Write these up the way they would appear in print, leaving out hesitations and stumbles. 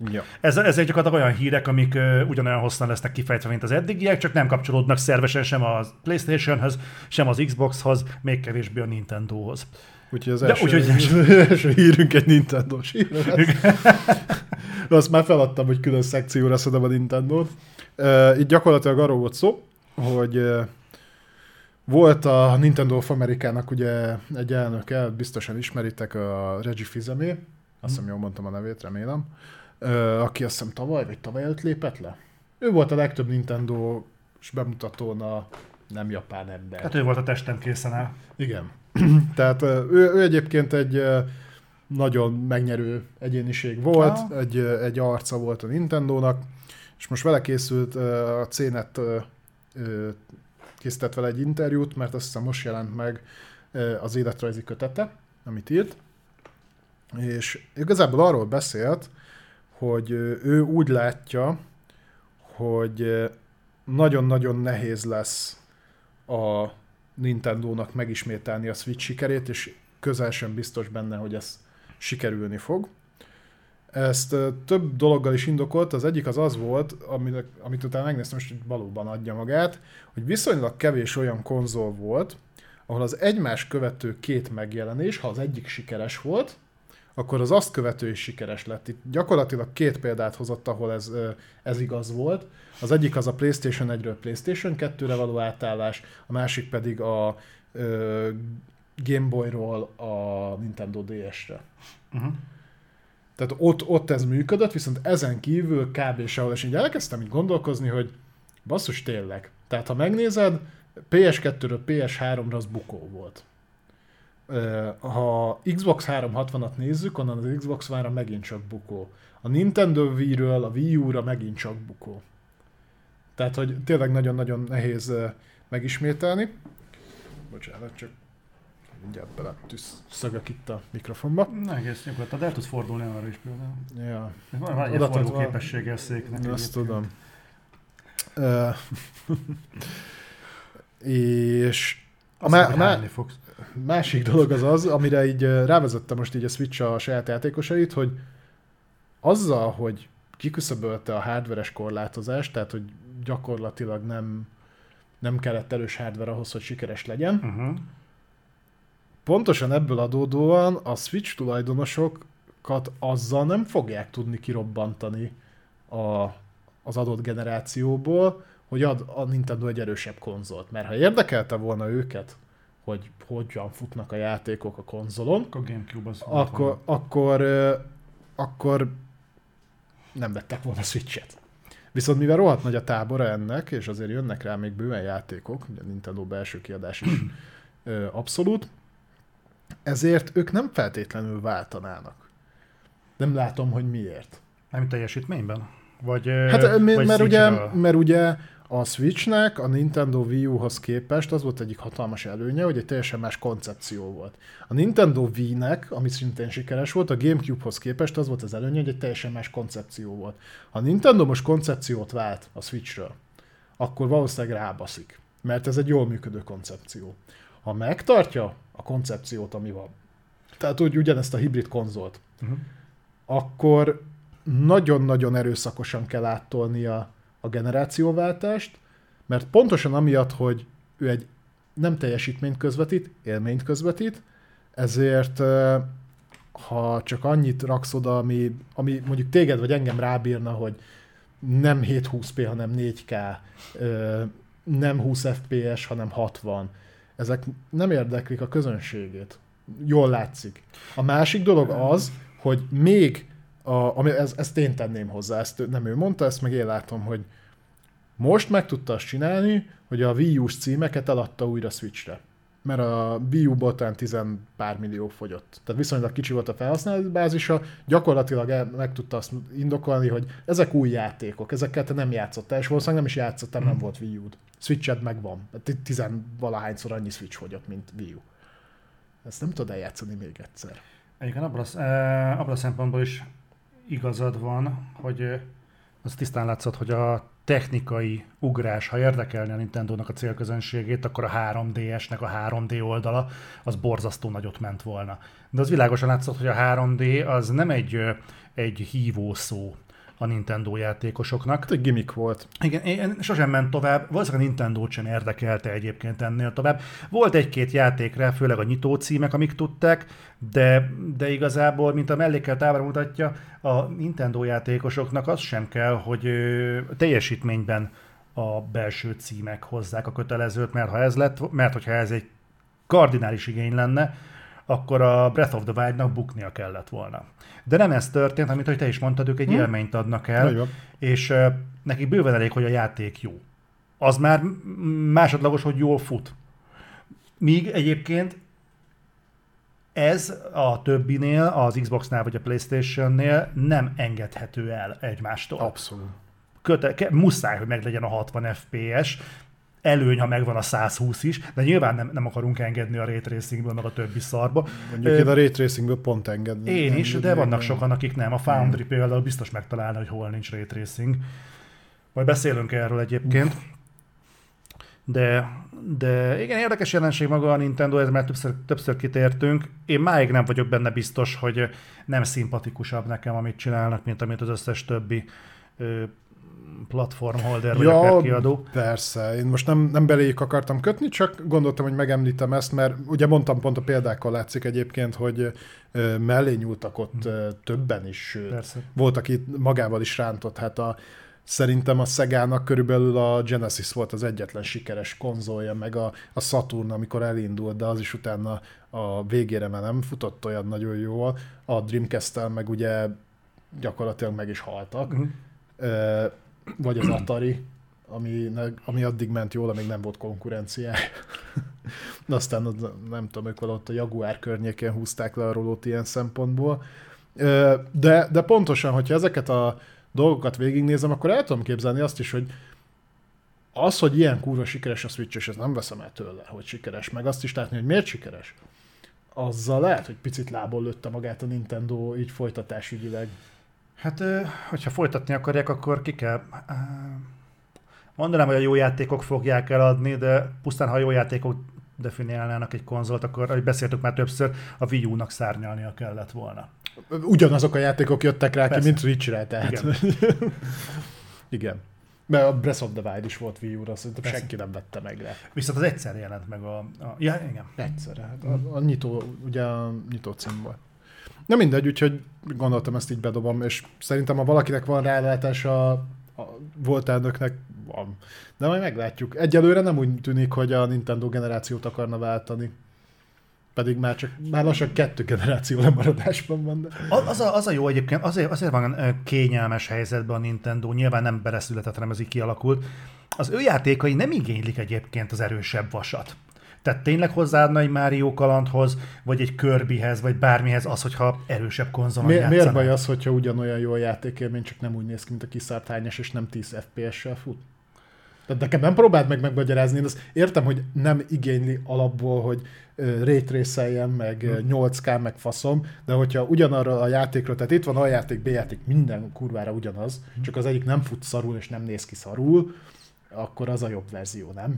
Ja. Ezek gyakorlatilag olyan hírek, amik ugyanolyan hosszan lesznek kifejtve, mint az eddigiek, csak nem kapcsolódnak szervesen sem a PlayStationhez, sem az Xboxhoz, még kevésbé a Nintendohoz. Úgyhogy az első hírünk egy Nintendo-s hír. Azt már feladtam, hogy külön szekcióra szedem a Nintendo-t. Itt gyakorlatilag arról volt szó, hogy volt a Nintendo of America-nak ugye egy elnöke, biztosan ismeritek, a Reggie Fils-Aimé, azt hiszem jól mondtam a nevét, remélem, aki azt hiszem tavaly előtt lépett le. Ő volt a legtöbb Nintendo-s bemutatón a nem japán ember. Hát ő volt a testem készen el. Igen. Tehát ő egyébként egy nagyon megnyerő egyéniség volt, egy arca volt a Nintendónak, és most vele készült a C-net készített vele egy interjút, mert azt hiszem most jelent meg az életrajzi kötete, amit írt, és igazából arról beszélt, hogy ő úgy látja, hogy nagyon-nagyon nehéz lesz a Nintendónak megismételni a Switch sikerét, és közel sem biztos benne, hogy ez sikerülni fog. Ezt több dologgal is indokolt, az egyik az volt, amit utána megnéztem, és valóban adja magát, hogy viszonylag kevés olyan konzol volt, ahol az egymást követő két megjelenés, ha az egyik sikeres volt, akkor az azt követő is sikeres lett. Itt gyakorlatilag két példát hozott, ahol ez igaz volt. Az egyik az a PlayStation 1-ről PlayStation 2-re való átállás, a másik pedig a Game Boy-ról a Nintendo DS-re. Uh-huh. Tehát ott ez működött, viszont ezen kívül kb. Sehol, és így elkezdtem így gondolkozni, hogy basszus tényleg. Tehát ha megnézed, PS2-ről PS3-ra az bukó volt. Ha Xbox 360-at nézzük, onnan az Xbox One-ra megint csak bukó. A Nintendo Wii-ről a Wii U-ra megint csak bukó. Tehát, hogy tényleg nagyon-nagyon nehéz megismételni. Bocsánat, csak mindjárt bele szögök itt a mikrofonba. Na, egész nyugodtan, de el tudsz fordulni arra is például. Ja. Van egy forduló képességgel széknek. Azt tudom. És másik dolog az, amire így rávezette most így a Switch a saját játékosait, hogy azzal, hogy kiküszöbölte a hardveres korlátozást, tehát hogy gyakorlatilag nem kellett erős hardware ahhoz, hogy sikeres legyen. Pontosan ebből adódóan a Switch tulajdonosokat azzal nem fogják tudni kirobbantani az adott generációból, hogy ad a Nintendo egy erősebb konzolt. Mert ha érdekelte volna őket, hogy hogyan futnak a játékok a konzolon, a GameCube akkor nem vettek volna Switch-et. Viszont mivel rohadt nagy a tábora ennek, és azért jönnek rá még bőven játékok, ugye a Nintendo belső kiadás is abszolút, ezért ők nem feltétlenül váltanának. Nem látom, hogy miért. Nem teljesítményben? Vagy mert ugye a Switchnek a Nintendo Wii U-hoz képest az volt egyik hatalmas előnye, hogy egy teljesen más koncepció volt. A Nintendo Wii-nek, ami szintén sikeres volt, a GameCube-hoz képest az volt az előnye, hogy egy teljesen más koncepció volt. Ha a Nintendo most koncepciót vált a Switchről, akkor valószínűleg rábaszik, mert ez egy jól működő koncepció. Ha megtartja a koncepciót, ami van, tehát úgy ugyanezt a hibrid konzolt, akkor nagyon-nagyon erőszakosan kell áttolnia a generációváltást, mert pontosan amiatt, hogy ő egy nem teljesítményt közvetít, élményt közvetít, ezért ha csak annyit raksz oda, ami mondjuk téged vagy engem rábírna, hogy nem 720p, hanem 4K, nem 20 FPS, hanem 60, ezek nem érdeklik a közönségét. Jól látszik. A másik dolog az, hogy még ezt én tenném hozzá, ezt nem ő mondta, ezt meg én látom, hogy most meg tudta azt csinálni, hogy a Wii U-s címeket eladta újra Switchre. Mert a Wii U-ból talán 10 pár millió fogyott. Tehát viszonylag kicsi volt a felhasználói bázisa, gyakorlatilag meg tudta azt indokolni, hogy ezek új játékok, ezekkel te nem játszottál, és valószínűleg nem is játszottál, nem volt Wii U-d. Switch-ed megvan. 10-valahányszor annyi Switch fogyott, mint Wii U. Ezt nem tudod eljátszani még egyszer. Egyébként abban a szempontból is igazad van, hogy az tisztán látszott, hogy a technikai ugrás, ha érdekelni a Nintendónak a célközönségét, akkor a 3DS-nek a 3D oldala az borzasztó nagyot ment volna. De az világosan látszott, hogy a 3D az nem egy hívószó, a Nintendo játékosoknak. Egy gimmick volt. Igen, sosem ment tovább, valószínűleg a Nintendo-t sem érdekelte egyébként ennél tovább. Volt egy-két játékra, főleg a nyitó címek, amik tudták, de igazából, mint a mellékelt ábra mutatja, a Nintendo játékosoknak az sem kell, hogy teljesítményben a belső címek hozzák a kötelezőt, mert hogyha ez egy kardinális igény lenne, akkor a Breath of the Wild-nak buknia kellett volna. De nem ez történt, amit hogy te is mondtad, ők egy élményt adnak el, és nekik bőven elég, hogy a játék jó. Az már másodlagos, hogy jól fut. Míg egyébként ez a többinél, az Xboxnál vagy a PlayStation-nél nem engedhető el egymástól. Abszolút. Muszáj, hogy meglegyen a 60 FPS, előny, ha megvan a 120 is, de nyilván nem akarunk engedni a Ray Tracingből, meg a többi szarba. Mondjuk én a Ray Tracingből pont engedni. Én is, de vannak sokan, akik nem. A Foundry például biztos megtalálna, hogy hol nincs Ray Tracing. Majd beszélünk erről egyébként. De igen, érdekes jelenség maga a Nintendo, ez már többször kitértünk. Én máig nem vagyok benne biztos, hogy nem szimpatikusabb nekem, amit csinálnak, mint amit az összes többi platformholder vagy akár kiadó. Persze, én most nem beléjük akartam kötni, csak gondoltam, hogy megemlítem ezt, mert ugye mondtam, pont a példákkal látszik egyébként, hogy mellé nyúltak ott többen is. Persze. Volt, aki magával is rántott. Hát szerintem a Segának körülbelül a Genesis volt az egyetlen sikeres konzolja, meg a Saturn, amikor elindult, de az is utána a végére már nem futott olyan nagyon jól. A Dreamcast-tel meg ugye gyakorlatilag meg is haltak. Vagy az Atari, ami addig ment jól, amíg nem volt konkurenciája. Aztán nem tudom, ők valahogy a Jaguar környékén húzták le a rolót ilyen szempontból. De pontosan, hogyha ezeket a dolgokat végignézem, akkor el tudom képzelni azt is, hogy ilyen kurva sikeres a Switch, és ezt nem veszem el tőle, hogy sikeres, meg azt is látni, hogy miért sikeres. Azzal lehet, hogy picit lából lőtte magát a Nintendo így folytatásügyileg. Hát, hogyha folytatni akarják, akkor ki kell... Mondanám, hogy a jó játékok fogják eladni, de pusztán, ha jó játékok definiálnának egy konzolt, akkor, ahogy beszéltük már többször, a Wii U-nak szárnyalnia kellett volna. Ugyanazok a játékok jöttek rá ki, Persze. mint Switch-re, tehát. Igen. Igen. Mert a Breath of the Wild is volt Wii U-ra, szerintem Persze. senki nem vette meg rá. Viszont az egyszer jelent meg Ja, igen. Egyszer, hát a nyitó, ugye a nyitó cím volt. Na mindegy, úgyhogy gondoltam, ezt így bedobom, és szerintem, ha valakinek van rálátása, a volt elnöknek van. De majd meglátjuk. Egyelőre nem úgy tűnik, hogy a Nintendo generációt akarna váltani. Pedig már lassan 2 generáció lemaradásban van. De... Az a jó egyébként, azért van kényelmes helyzetben a Nintendo, nyilván nem beleszületett, hanem ez így kialakult. Az ő játékai nem igénylik egyébként az erősebb vasat. Tehát tényleg hozzáadna egy Mario kalandhoz, vagy egy Kirbyhez, vagy bármihez az, hogyha erősebb konzolon játszanak. Miért baj az, hogyha ugyanolyan jó a játékélmény, csak nem úgy néz ki, mint a kiszárt hányas, és nem 10 FPS-sel fut? Tehát nekem nem próbáld meg megmagyarázni, én azt értem, hogy nem igényli alapból, hogy ray traceljen, meg 8K, meg faszom, de hogyha ugyanarra a játékra, tehát itt van A játék, B játék, minden kurvára ugyanaz, csak az egyik nem fut szarul, és nem néz ki szarul, akkor az a jobb verzió, nem?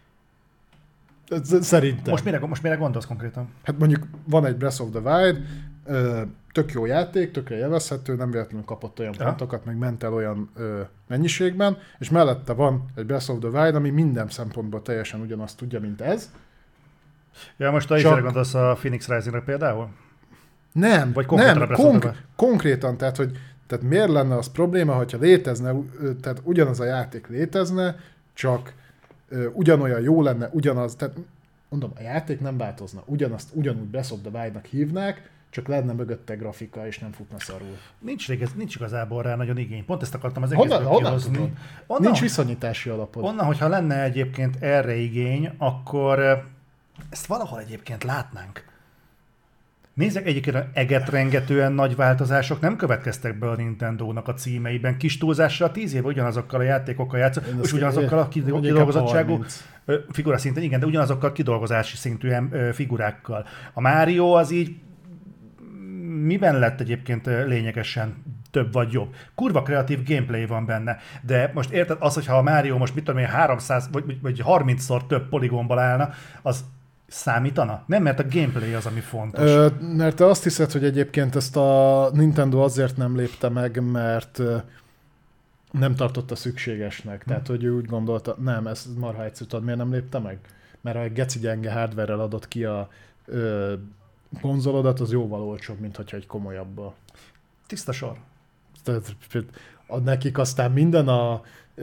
Szerintem. Most mire gondolsz konkrétan? Hát mondjuk van egy Breath of the Wild, tök jó játék, tökre élvezhető, nem véletlenül kapott olyan pontokat, meg ment el olyan mennyiségben, és mellette van egy Breath of the Wild, ami minden szempontból teljesen ugyanazt tudja, mint ez. Ja, most te gondolsz a Phoenix Rising-re például? Nem, vagy konkrétan, tehát miért lenne az probléma, hogyha létezne, tehát ugyanaz a játék létezne, csak ugyanolyan jó lenne, ugyanaz, tehát mondom, a játék nem változna, ugyanúgy Breath of the Wild-nak hívnák, csak lenne mögötte grafika, és nem futna szarul. Nincs igazából rá nagyon igény. Pont ezt akartam az egészből kihozni. Nincs viszonyítási alapod. Onnan, hogyha lenne egyébként erre igény, akkor ezt valahol egyébként látnánk. Nézzek, egyébként egetrengetően nagy változások nem következtek be a Nintendónak a címeiben. Kis túlzással 10 éve ugyanazokkal a játékokkal játszott, és ugyanazokkal a kidolgozottságú figura szinten, igen, de ugyanazokkal a kidolgozási szintű figurákkal. A Mario az így miben lett egyébként lényegesen több vagy jobb? Kurva kreatív gameplay van benne, de most érted az, hogyha a Mario most mit tudom én 300 vagy 30-szor több poligonból állna, az számítana? Nem, mert a gameplay az, ami fontos. Mert te azt hiszed, hogy egyébként ezt a Nintendo azért nem lépte meg, mert nem tartotta szükségesnek. Tehát, hogy ő úgy gondolta, nem, ez marha egyszerű, tudod, miért nem lépte meg? Mert ha egy geci gyenge hardware-rel adott ki a konzolodat, az jóval olcsóbb, mint hogyha egy komolyabbal. Tiszta sor. Tehát, nekik aztán minden a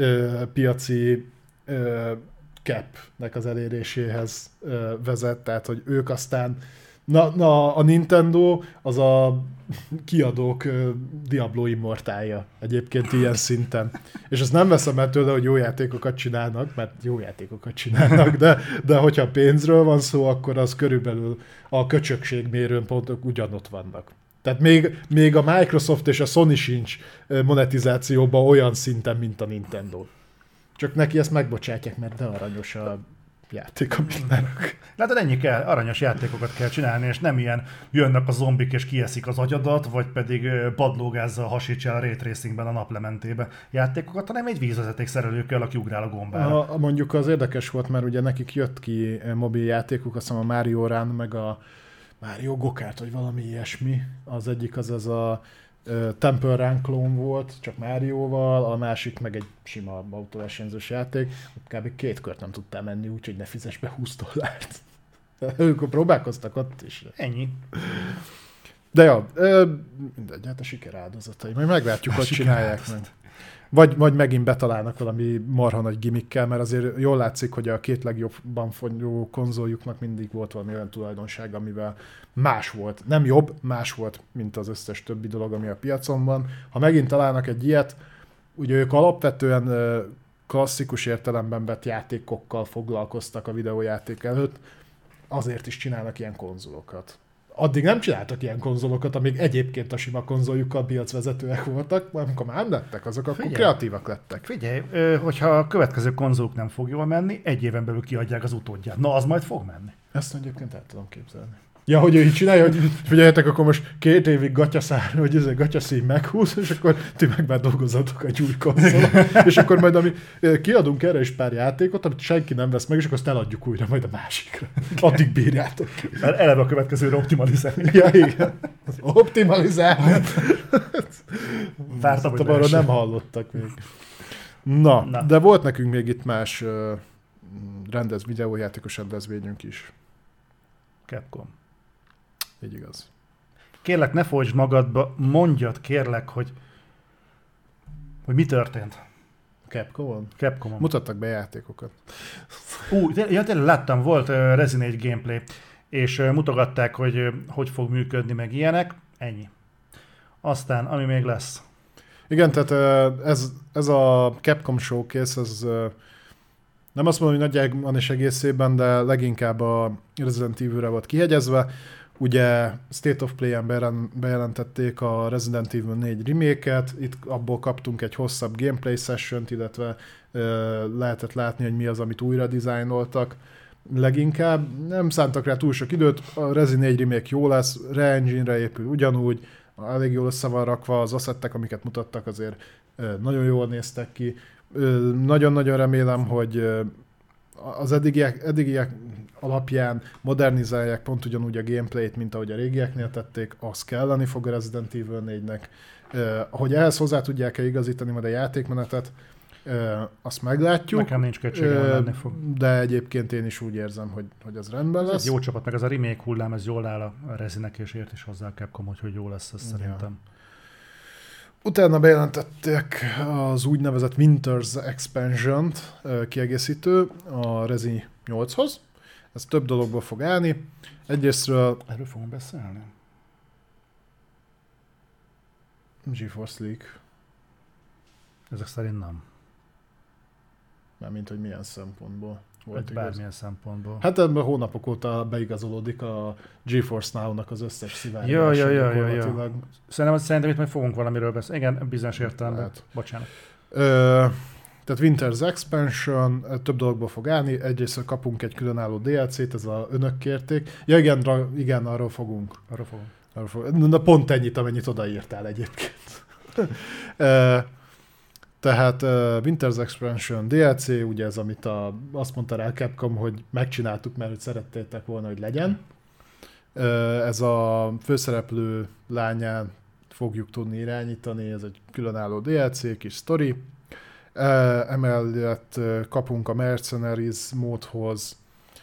piaci cap-nek az eléréséhez vezet, tehát, hogy ők aztán a Nintendo az a kiadók Diablo Immortálja egyébként ilyen szinten. És azt nem veszem el tőle, hogy jó játékokat csinálnak, mert jó játékokat csinálnak, de hogyha pénzről van szó, akkor az körülbelül a köcsökségmérőn pontok ugyanott vannak. Tehát még a Microsoft és a Sony sincs monetizációban olyan szinten, mint a Nintendo. Csak neki ezt megbocsátják, mert de aranyos a játék, amit lerak. Látod, ennyi kell, aranyos játékokat kell csinálni, és nem ilyen jönnek a zombik és kieszik az agyadat, vagy pedig padlógázzal hasítsál a Ray Tracingben a naplementébe játékokat, hanem egy vízvezeték szerelőkkel, aki ugrál a gombára. Mondjuk az érdekes volt, mert ugye nekik jött ki mobil játékuk, azt hiszem a Mario Run, meg a Mario Go-Kart, vagy valami ilyesmi. Az egyik az a Temple Run klón volt, csak Márióval, a másik meg egy sima autóversenyzős játék. Ott kb. 2 kört nem tudtál menni, úgyhogy ne fizess be $20. Ők próbálkoztak ott is. Ennyi. De ja, mindegy, hát a siker áldozatai. Majd meglátjuk, hogy csinálják meg. Vagy megint betalálnak valami marha nagy gimmikkel, mert azért jól látszik, hogy a 2 legjobban fogyó konzoljuknak mindig volt valami olyan tulajdonság, amivel más volt. Nem jobb, más volt, mint az összes többi dolog, ami a piacon van. Ha megint találnak egy ilyet, ugye ők alapvetően klasszikus értelemben vett játékokkal foglalkoztak a videójáték előtt, azért is csinálnak ilyen konzolokat. Addig nem csináltak ilyen konzolokat, amíg egyébként a sima konzoljukkal piacvezetőek voltak, amikor már nem lettek azok, akkor kreatívak lettek. Figyelj, hogyha a következő konzoluk nem fog jól menni, egy éven belül kiadják az utódját. Na, az majd fog menni. Ezt egyébként el tudom képzelni. Ja, hogy ő így csinálja, hogy figyeljetek, akkor most 2 évig gatyaszár, vagy ez egy gatyaszín meghúz, és akkor ti meg már dolgozatok egy új konzolon. És akkor majd kiadunk erre is pár játékot, amit senki nem vesz meg, és akkor azt eladjuk újra majd a másikra. Addig bírjátok ki. Eleve a következőre optimalizálni. Ja, igen. Optimalizálni. Vártam, hogy arról nem hallottak még. Na, de volt nekünk még itt más videójátékos rendezvényünk is. Capcom. Így igaz. Kérlek, ne folytsd magadba, mondjad kérlek, hogy mi történt. Capcomon? Capcomon. Mutattak be játékokat. Tényleg láttam, volt Resident Evil gameplay, és mutogatták, hogy fog működni, meg ilyenek. Ennyi. Aztán, ami még lesz. Igen, tehát ez a Capcom Showcase, ez nem azt mondom, hogy nagyjából és egészében, de leginkább a Resident Evil-re volt kihegyezve. Ugye State of Play-en bejelentették a Resident Evil 4 remake-et, itt abból kaptunk egy hosszabb gameplay sessiont, illetve lehetett látni, hogy mi az, amit újra dizájnoltak. Leginkább nem szántak rá túl sok időt, a Resident 4 remake jó lesz, re-engine-re épül ugyanúgy, elég jól össze van rakva, az asszettek, amiket mutattak, azért nagyon jól néztek ki. Nagyon-nagyon remélem, hogy az eddigiek alapján modernizálják pont ugyanúgy a gameplayt, mint ahogy a régieknél tették, az kelleni fog a Resident Evil 4-nek. Hogy ehhez hozzá tudják-e igazítani majd a játékmenetet, azt meglátjuk. Nekem nincs kétségem, menni fog. De egyébként én is úgy érzem, hogy az rendben lesz. Ez egy jó csapat, meg az a remake hullám, ez jól áll a Rezinek, és ért is hozzá a Capcom, hogy jó lesz ez szerintem. Utána bejelentették az úgynevezett Winter's Expansion-t kiegészítő a Resi 8-hoz. Ez több dologból fog állni. Egyrésztről... Erről fogunk beszélni? GeForce League. Ezek szerint nem. Mármint, hogy milyen szempontból. Volt bármilyen szempontból. Hát ebben hónapok óta beigazolódik a GeForce Now-nak az összes szivárgása. Ja. Szerintem itt majd fogunk valamiről beszélni. Igen, bizonyos értelemben. Bocsánat. Tehát Winter's Expansion több dologból fog állni. Egyrészt kapunk egy különálló DLC-t, ez a önök kérték. Ja igen, arról fogunk. Na pont ennyit, amennyit odaírtál egyébként. Tehát Winter's Expansion DLC, ugye ez, amit azt mondta rá Capcom, hogy megcsináltuk, mert hogy szerettétek volna, hogy legyen. Ez a főszereplő lányán fogjuk tudni irányítani, ez egy különálló DLC, kis sztori. Emellett kapunk a Mercenaries módhoz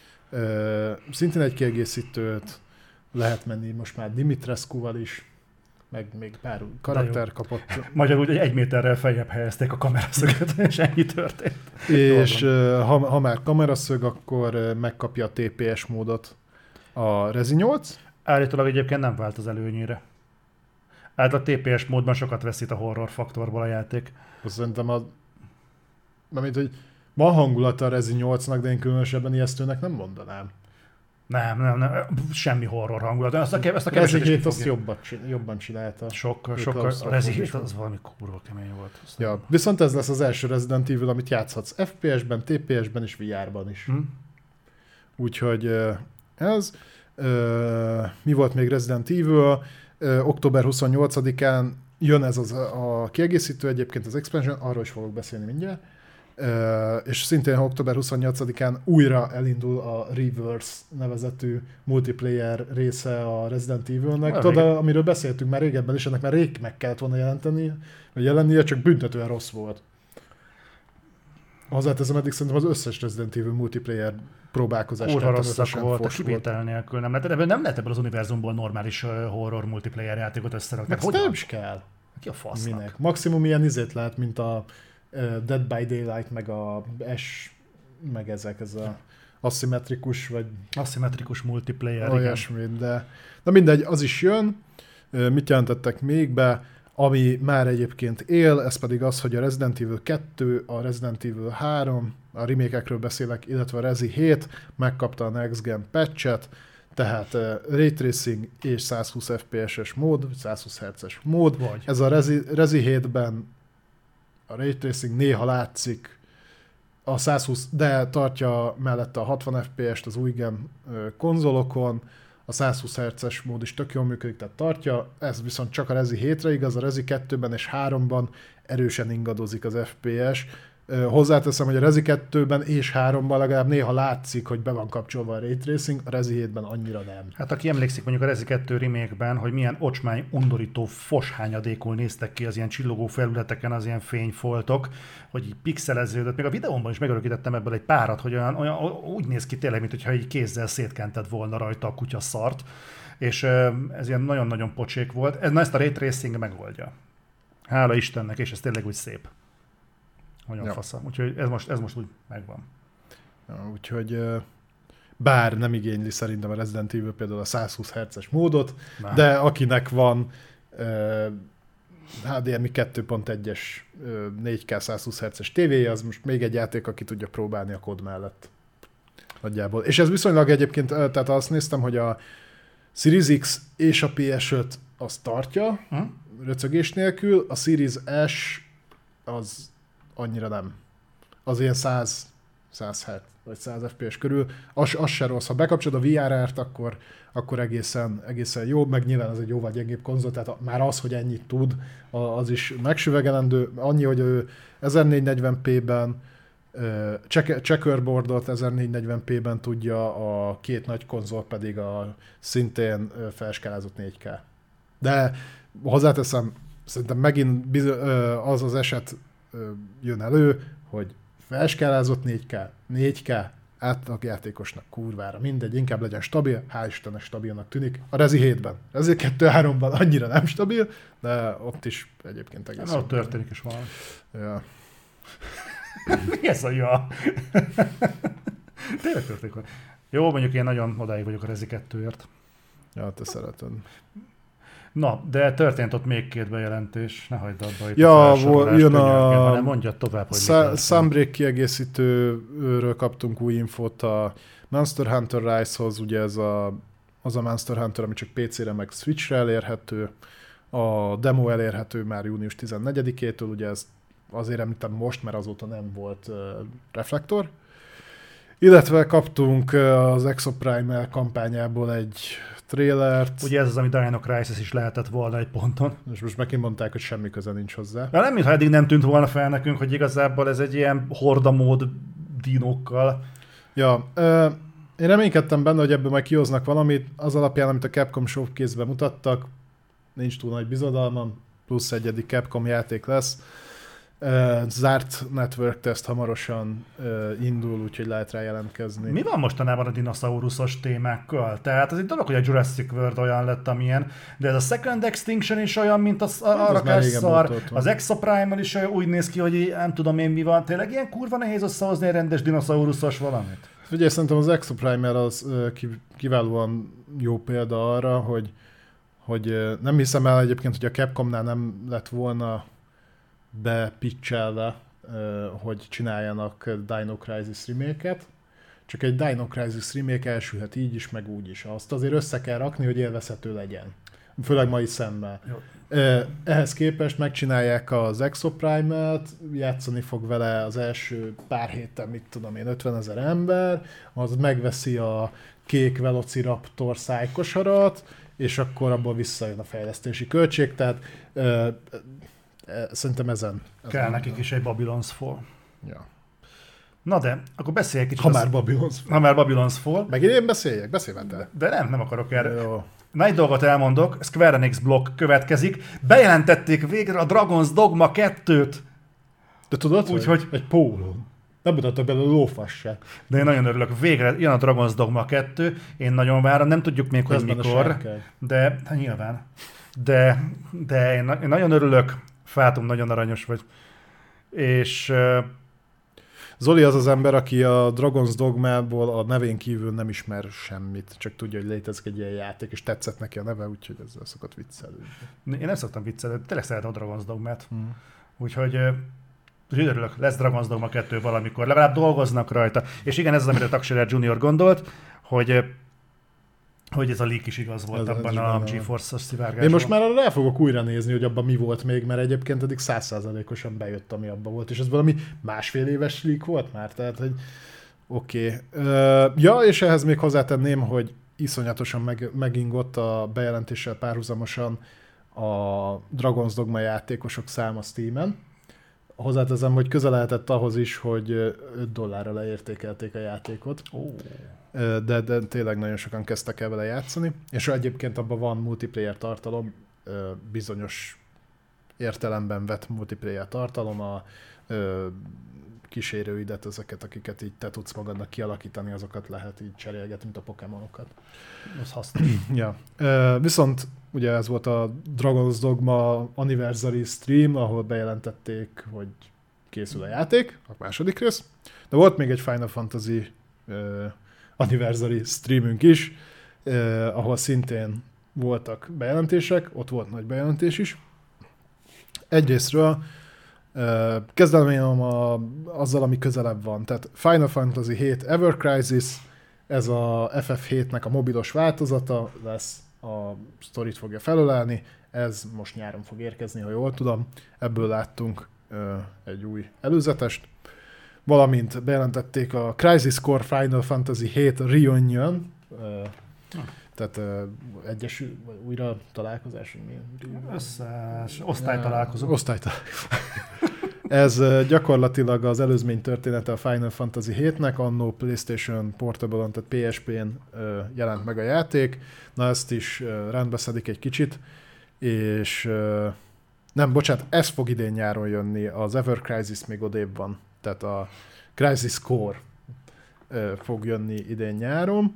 szintén egy kiegészítőt, lehet menni most már Dimitrescu-val is, meg még pár karakter kapott. Magyarul, hogy 1 méterrel feljebb helyezték a kameraszöget, és ennyi történt. És ha már kameraszög, akkor megkapja a TPS módot a Rezi 8. Állítólag egyébként nem vált az előnyére. A TPS módban sokat veszít a horror faktorból a játék. Azt szerintem mint hogy van hangulata a Rezi 8-nak, de én különösebben ijesztőnek nem mondanám. Nem. Semmi horror hangulat. Ezt a Rezi 7 azt jobban csinálta. Sokkal. A Rezi 7 az valami kurva kemény volt. Ja, viszont ez lesz az első Resident Evil, amit játszhatsz FPS-ben, TPS-ben és VR-ban is. Úgyhogy ez. Mi volt még Resident Evil? Október 28-án jön ez a kiegészítő, egyébként az expansion, arról is fogok beszélni mindjárt. És szintén október 28-án újra elindul a Reverse nevezetű multiplayer része a Resident Evil-nek. Tudod, amiről beszéltünk már régebben, és ennek már rég meg kellett volna jelennie, csak büntetően rossz volt. Hozzáteszem, eddig szerintem az összes Resident Evil multiplayer próbálkozás rosszak volt, kivétel nélkül nem lehet ebből az univerzumból normális horror multiplayer játékot összerakni. Meg nem is kell. Ki a fasznak? Minek? Maximum ilyen izét lehet, mint a Dead by Daylight, meg a meg ez a aszimmetrikus, vagy... Aszimmetrikus multiplayer, olyasmi, de mindegy, az is jön. Mit jelentettek még be, ami már egyébként él, ez pedig az, hogy a Resident Evil 2, a Resident Evil 3, a remake-ekről beszélek, illetve a Rezi 7 megkapta a Next Gen patchet, tehát Ray Tracing és 120 FPS-es mód, 120 Hz-es mód. Vagy. Ez a Rezi 7-ben a Ray Tracing néha látszik, a 120, de tartja mellette a 60 FPS-t az új gen konzolokon, a 120 Hz-es mód is tök jól működik, tehát tartja, ez viszont csak a Rezi 7-re igaz, a Rezi 2-ben és 3-ban erősen ingadozik az FPS. Hozzáteszem, hogy a Rezi 2-ben és 3-ban legalább néha látszik, hogy be van kapcsolva a Ray Tracing, a Rezi 7-ben annyira nem. Hát aki emlékszik mondjuk a Rezi 2 remake-ben, hogy milyen ocsmány, undorító, foshányadékul néztek ki az ilyen csillogó felületeken az ilyen fényfoltok, hogy így pixeleződött. Még a videómban is megörökítettem ebből egy párat, hogy olyan úgy néz ki tényleg, mintha így kézzel szétkented volna rajta a kutya szart, és ez ilyen nagyon-nagyon pocsék volt. Ezt a Ray Tracing megoldja. Hála Istennek, és ez tényleg úgy szép. Nagyon fasza. Úgyhogy ez most úgy megvan. Ja, úgyhogy bár nem igényli szerintem a Resident Evil például a 120 Hz-es módot, de akinek van HDMI 2.1-es 4K 120 Hz-es tévéje, az most még egy játék, aki tudja próbálni a kód mellett. Nagyjából. És ez viszonylag egyébként, tehát azt néztem, hogy a Series X és a PS5 az tartja, röcögés nélkül, a Series S az annyira nem. Az ilyen 100 Hz vagy 100 FPS körül. Az se rossz. Ha bekapcsolod a VR-t, akkor egészen jó, meg nyilván ez egy jóval gyengébb konzol, tehát már az, hogy ennyit tud, az is megsüvegelendő. Annyi, hogy ő 1440p-ben checkerboardot 1440p-ben tudja, a két nagy konzol pedig a szintén felskálázott 4K. De hozzáteszem, szerintem megint az az eset jön elő, hogy felskálázott 4K, átlagjátékosnak kurvára, mindegy, inkább legyen stabil, hál' Istennek stabilnak tűnik. A Rezi 7-ben, Rezi 2-3-ban annyira nem stabil, de ott is egyébként egész. Ott történik is valami. Ja. Mi ez a ja? Tényleg történik. Jó, mondjuk én nagyon odáig vagyok a Rezi 2-ért. Ja, te szereted. Na, de történt ott még 2 bejelentés, ne hagyd abba itt jön hanem mondjad tovább, hogy Sunbreak kiegészítőről kaptunk új infót a Monster Hunter Rise-hoz, ugye ez az a Monster Hunter, ami csak PC-re meg Switch-re elérhető, a demo elérhető már június 14-től, ugye ez azért említem most, mert azóta nem volt reflektor. Illetve kaptunk az Exoprimal kampányából egy trailert. Ugye ez az, ami Dino Crisis is lehetett volna egy ponton. És most megint mondták, hogy semmi köze nincs hozzá. Ja, nem, mintha eddig nem tűnt volna fel nekünk, hogy igazából ez egy ilyen hordamód dinókkal. Ja, én reménykedtem benne, hogy ebből majd kihoznak valamit, az alapján, amit a Capcom showcase-ben mutattak, nincs túl nagy bizodalmam, plusz egyedik Capcom játék lesz. Zárt network test hamarosan indul, úgyhogy lehet rá jelentkezni. Mi van mostanában a dinoszauruszos témákkal? Tehát az egy dolog, hogy a Jurassic World olyan lett, amilyen, de ez a Second Extinction is olyan, mint a rakás szar. Az Exoprimal is úgy néz ki, hogy nem tudom én mi van. Tényleg ilyen kurva nehéz összehozni egy rendes dinoszauruszos valamit? Ugye szerintem az Exoprimal az kiválóan jó példa arra, hogy nem hiszem el egyébként, hogy a Capcomnál nem lett volna bepitchelve, hogy csináljanak Dino Crisis remake-et, csak egy Dino Crisis remake elsülhet így is, meg úgy is. Azt azért össze kell rakni, hogy élvezhető legyen. Főleg mai szemmel. Ehhez képest megcsinálják az Exoprimal-t, játszani fog vele az első pár héten, mit tudom én, 50 000 ember, az megveszi a kék Velociraptor szájkosarat, és akkor abból visszajön a fejlesztési költség, tehát szerintem ezen kell nekik is egy Babylon's Fall. Ja. Na de, akkor beszélj kicsit. Ha már Babylon's Fall. Ha már Babylon's Fall. Megint én beszéljek? Beszélj te. De nem akarok erre. Jó. Na egy dolgot elmondok, Square Enix blokk következik. Bejelentették végre a Dragon's Dogma 2-t. De tudod, hogy egy pólón. Nem mutattak belőle lófasz se. De én nagyon örülök. Végre jön a Dragon's Dogma 2. Én nagyon várom, nem tudjuk még, hogy mikor. De hát nyilván. De én nagyon örülök. Fátum, nagyon aranyos vagy. És Zoli az az ember, aki a Dragon's Dogmából a nevén kívül nem ismer semmit, csak tudja, hogy létezik egy ilyen játék, és tetszett neki a neve, úgyhogy ezzel szokott viccelni. Én nem szoktam viccelni, tényleg szeretem a Dragon's Dogmát. Úgyhogy örülök, lesz Dragon's Dogma 2 valamikor, legalább dolgoznak rajta. És igen, ez az, amit a Tuxedo Junior gondolt, hogy ez a leak is igaz volt abban a GeForce-os szivárgásban. Én most már arra rá fogok újra nézni, hogy abban mi volt még, mert egyébként eddig 100%-osan bejött, ami abban volt, és ez valami másfél éves leak volt már, tehát hogy oké. Ja, és ehhez még hozzátenném, hogy iszonyatosan megingott a bejelentéssel párhuzamosan a Dragon's Dogma játékosok száma Steamen. Hozzáteszem, hogy közel lehetett ahhoz is, hogy $5 leértékelték a játékot. De tényleg nagyon sokan kezdtek el vele játszani, és egyébként abban van multiplayer tartalom, bizonyos értelemben vett multiplayer tartalom, a kísérőidet, ezeket, akiket így te tudsz magadnak kialakítani, azokat lehet így cserélgetni, mint a Pokémonokat. Az hasznos. Ja. Viszont ugye ez volt a Dragon's Dogma Anniversary Stream, ahol bejelentették, hogy készül a játék, a második rész, de volt még egy Final Fantasy Anniversary streamünk is, ahol szintén voltak bejelentések, ott volt nagy bejelentés is. Egyrésztről kezdem azzal, ami közelebb van. Tehát Final Fantasy 7 Ever Crisis, ez a FF7-nek a mobilos változata lesz, a sztorit fogja felölelni, ez most nyáron fog érkezni, ha jól tudom. Ebből láttunk egy új előzetest. Valamint bejelentették a Crisis Core Final Fantasy 7 Reunion, tehát egyesül, vagy újra találkozás, hogy milyen? Osztálytalálkozó. Osztálytalálkozó. Ez gyakorlatilag az előzmény története a Final Fantasy 7-nek, annó PlayStation Portable-on, tehát PSP-n jelent meg a játék. Na ezt is rendbeszedik egy kicsit, és nem, bocsánat, ez fog idén nyáron jönni, az Ever Crisis még odébb van. Tehát a Crisis Core fog jönni idén nyáron.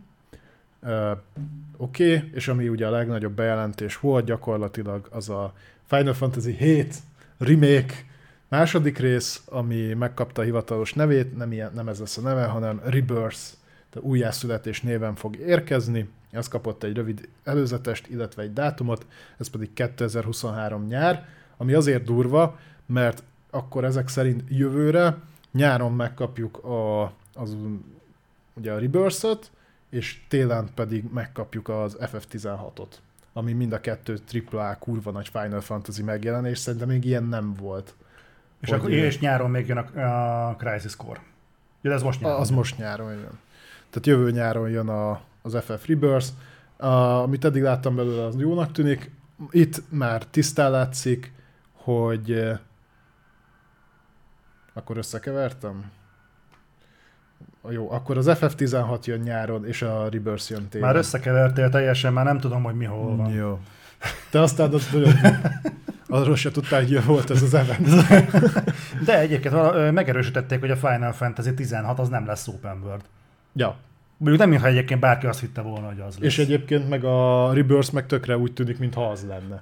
Oké, és ami ugye a legnagyobb bejelentés volt gyakorlatilag, az a Final Fantasy 7 Remake második rész, ami megkapta a hivatalos nevét, nem ez lesz a neve, hanem Rebirth, tehát újjászületés néven fog érkezni. Ez kapott egy rövid előzetest, illetve egy dátumot, ez pedig 2023 nyár, ami azért durva, mert akkor ezek szerint jövőre nyáron megkapjuk ugye a Rebirth-ot, és télen pedig megkapjuk az FF16-ot, ami mind a kettő AAA kurva nagy Final Fantasy megjelenés, szerintem még ilyen nem volt. És nyáron még jön a Crisis Core. Ja, ez most nyáron. Az most nyáron jön. Tehát jövő nyáron jön az FF Rebirth. Amit eddig láttam belőle, az jónak tűnik. Itt már tisztán látszik, hogy akkor összekevertem? Jó, akkor az FF16 jön nyáron, és a Rebirth jön télen. Már összekevertél teljesen, már nem tudom, hogy mi hol van. Jó. Te aztán arról se tudtál, hogy volt ez az event. De egyébként megerősítették, hogy a Final Fantasy 16 az nem lesz open world. Ja. Mondjuk nem, mintha egyébként bárki azt hitte volna, hogy az lesz. És egyébként meg a Rebirth meg tökre úgy tűnik, mintha az lenne.